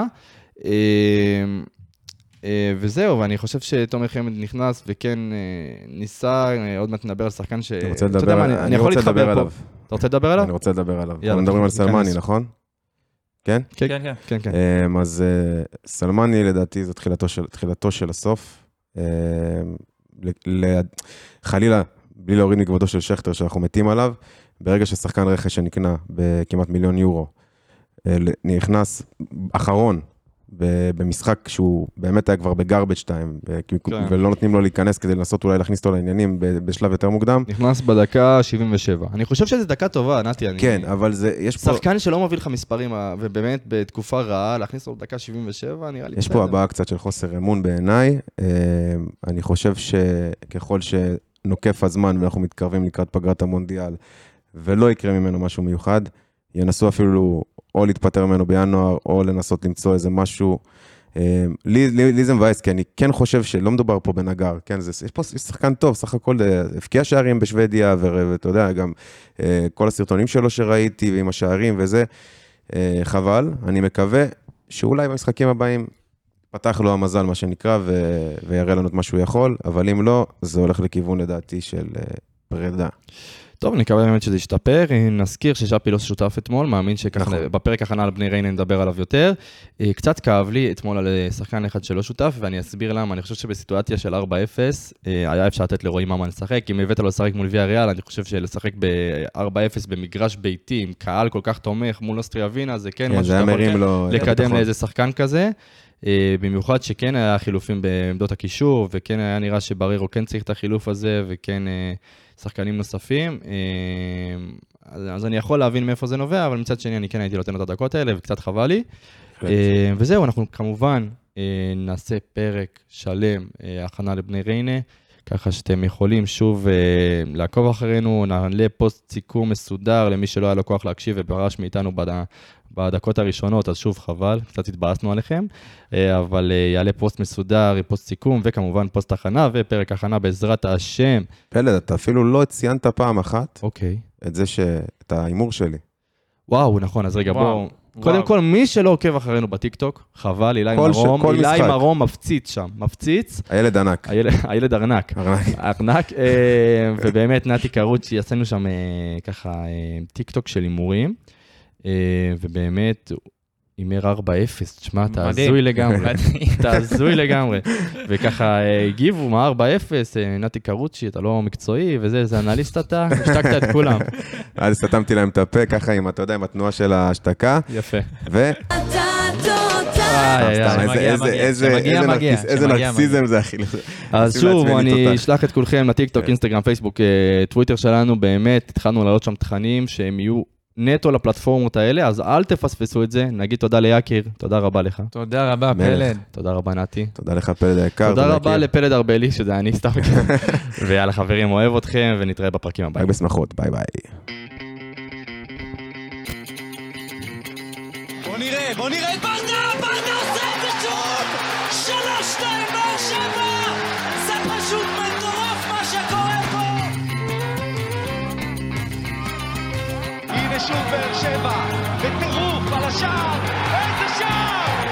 וזהו, ואני חושב שתומר חמד נכנס וכן ניסה, עוד מעט נדבר על שחקן ש... אני רוצה לדבר עליו. אתה רוצה לדבר עליו? אני רוצה לדבר עליו. אנחנו מדברים על סלמני, נכון? כן? כן. אז סלמני לדעתי זו תחילתו של הסוף. חלילה, בלי להוריד מכבודו של שכטר שאנחנו מתים עליו, ברגע ששחקן רכש שנקנה בכמעט 1,000,000 יורו, נכנס אחרון במשחק שהוא באמת היה כבר בגרבג' טיים, ולא נותנים לו להיכנס כדי לנסות אולי להכניס אותו לעניינים בשלב יותר מוקדם. נכנס בדקה 77. אני חושב שזו דקה טובה, נתי. כן, אבל יש פה... שחקן שלא מביא לך מספרים, ובאמת בתקופה רעה, להכניס אותו בדקה 77, נראה לי... יש פה הבאה קצת של חוסר אמון בעיניי. אני חושב שככל שנוקף הזמן ואנחנו מתקרבים לקראת פגרת המונדיאל, ולא יקרה ממנו משהו מיוחד, ינסו אפילו או להתפטר ממנו בינואר, או לנסות למצוא איזה משהו. לי זה מבאס, כי אני כן חושב שלא מדובר פה בנגר, כן, יש פה שחקן טוב, סך הכל הפקיע שערים בשוודיה, ואתה יודע, גם כל הסרטונים שלו שראיתי, ועם השערים וזה, חבל, אני מקווה שאולי במשחקים הבאים, פתח לו המזל, מה שנקרא, ויראה לנו את מה שהוא יכול, אבל אם לא, זה הולך לכיוון לדעתי של פרידה. טוב, נקווה באמת שזה ישתפר. נזכיר ששאפי לא שותף אתמול, מאמין שבפרק הכנה על בני ריינה נדבר עליו יותר. קצת כאב לי אתמול על שחקן אחד שלא שותף, ואני אסביר למה. אני חושב שבסיטואציה של 4-0, היה אפשר לתת לרועי ממן לשחק. אם הבאת לו לשחק מול ויאריאל, אני חושב שלשחק ב-4-0 במגרש ביתי, עם קהל כל כך תומך מול אוסטריה ווינה, זה כן משהו שאתה יכול לקדם לאיזה שחקן כזה. במיוחד שכן היה חילופים בעמדות הקישור, וכן היה נראה שבררו כן צריך את החילוף הזה, וכן שחקנים נוספים. אז אני יכול להבין מאיפה זה נובע, אבל מצד שני אני כן הייתי נותן את הדקות האלה, וקצת חבל לי. וזהו, אנחנו כמובן נעשה פרק שלם, הכנה לבני ריינה, ככה שאתם יכולים שוב לעקוב אחרינו, נעלה פוסט סיכום מסודר למי שלא היה לו כוח להקשיב ופרש מאיתנו בדקות הראשונות, אז שוב חבל, קצת התבאסנו עליכם, אבל יעלה פוסט מסודר, פוסט סיכום, וכמובן פוסט הכנה ופרק הכנה בעזרת השם. פלד, אתה אפילו לא ציינת פעם אחת אוקיי. את זה את האימור שלי. וואו, נכון, אז רגע, בואו... קודם כל, מי שלא עוקב אחרינו בטיקטוק, חבל, אילי מרום מפציץ שם, מפציץ. הילד ענק. הילד ארנק. ארנק, ובאמת נתי קרוצ'י, עשינו שם ככה טיקטוק של הימורים, ובאמת הימר 4-0, תשמע, אתה הזוי לגמרי. אתה הזוי לגמרי. וככה הגיבו, מה 4-0, נתי קרוצ'י, אתה לא מקצועי, וזה, זה אנליסט אתה, השתקת את כולם. אז סתמתי להם את הפה, ככה עם, אתה יודע, עם התנועה של ההשתקה. יפה. איזה נרקסיזם זה, אחי. אז שוב, אני אשלח את כולכם לטיקטוק, אינסטגרם, פייסבוק, טוויטר שלנו, באמת, התחלנו לעלות שם תכנים שהם יהיו נטו לפלטפורמות האלה, אז אל תפספסו את זה. נגיד תודה ליקיר, תודה רבה לך. תודה רבה, פלד. תודה רבה, נתי. תודה לך, פלד היקר. תודה רבה לפלד ארבלי, שזה אני סתם. ויאללה, חברים, אוהב אתכם, ונתראה בפרקים הבאים. רק בשמחות, ביי ביי. בוא נראה את ברדה עושה את זה שוב! 3-2 באר שבע! זה פשוט מטורף מה שקורה פה! הנה שוב באר שבע, בטירוף על השער, איזה שער!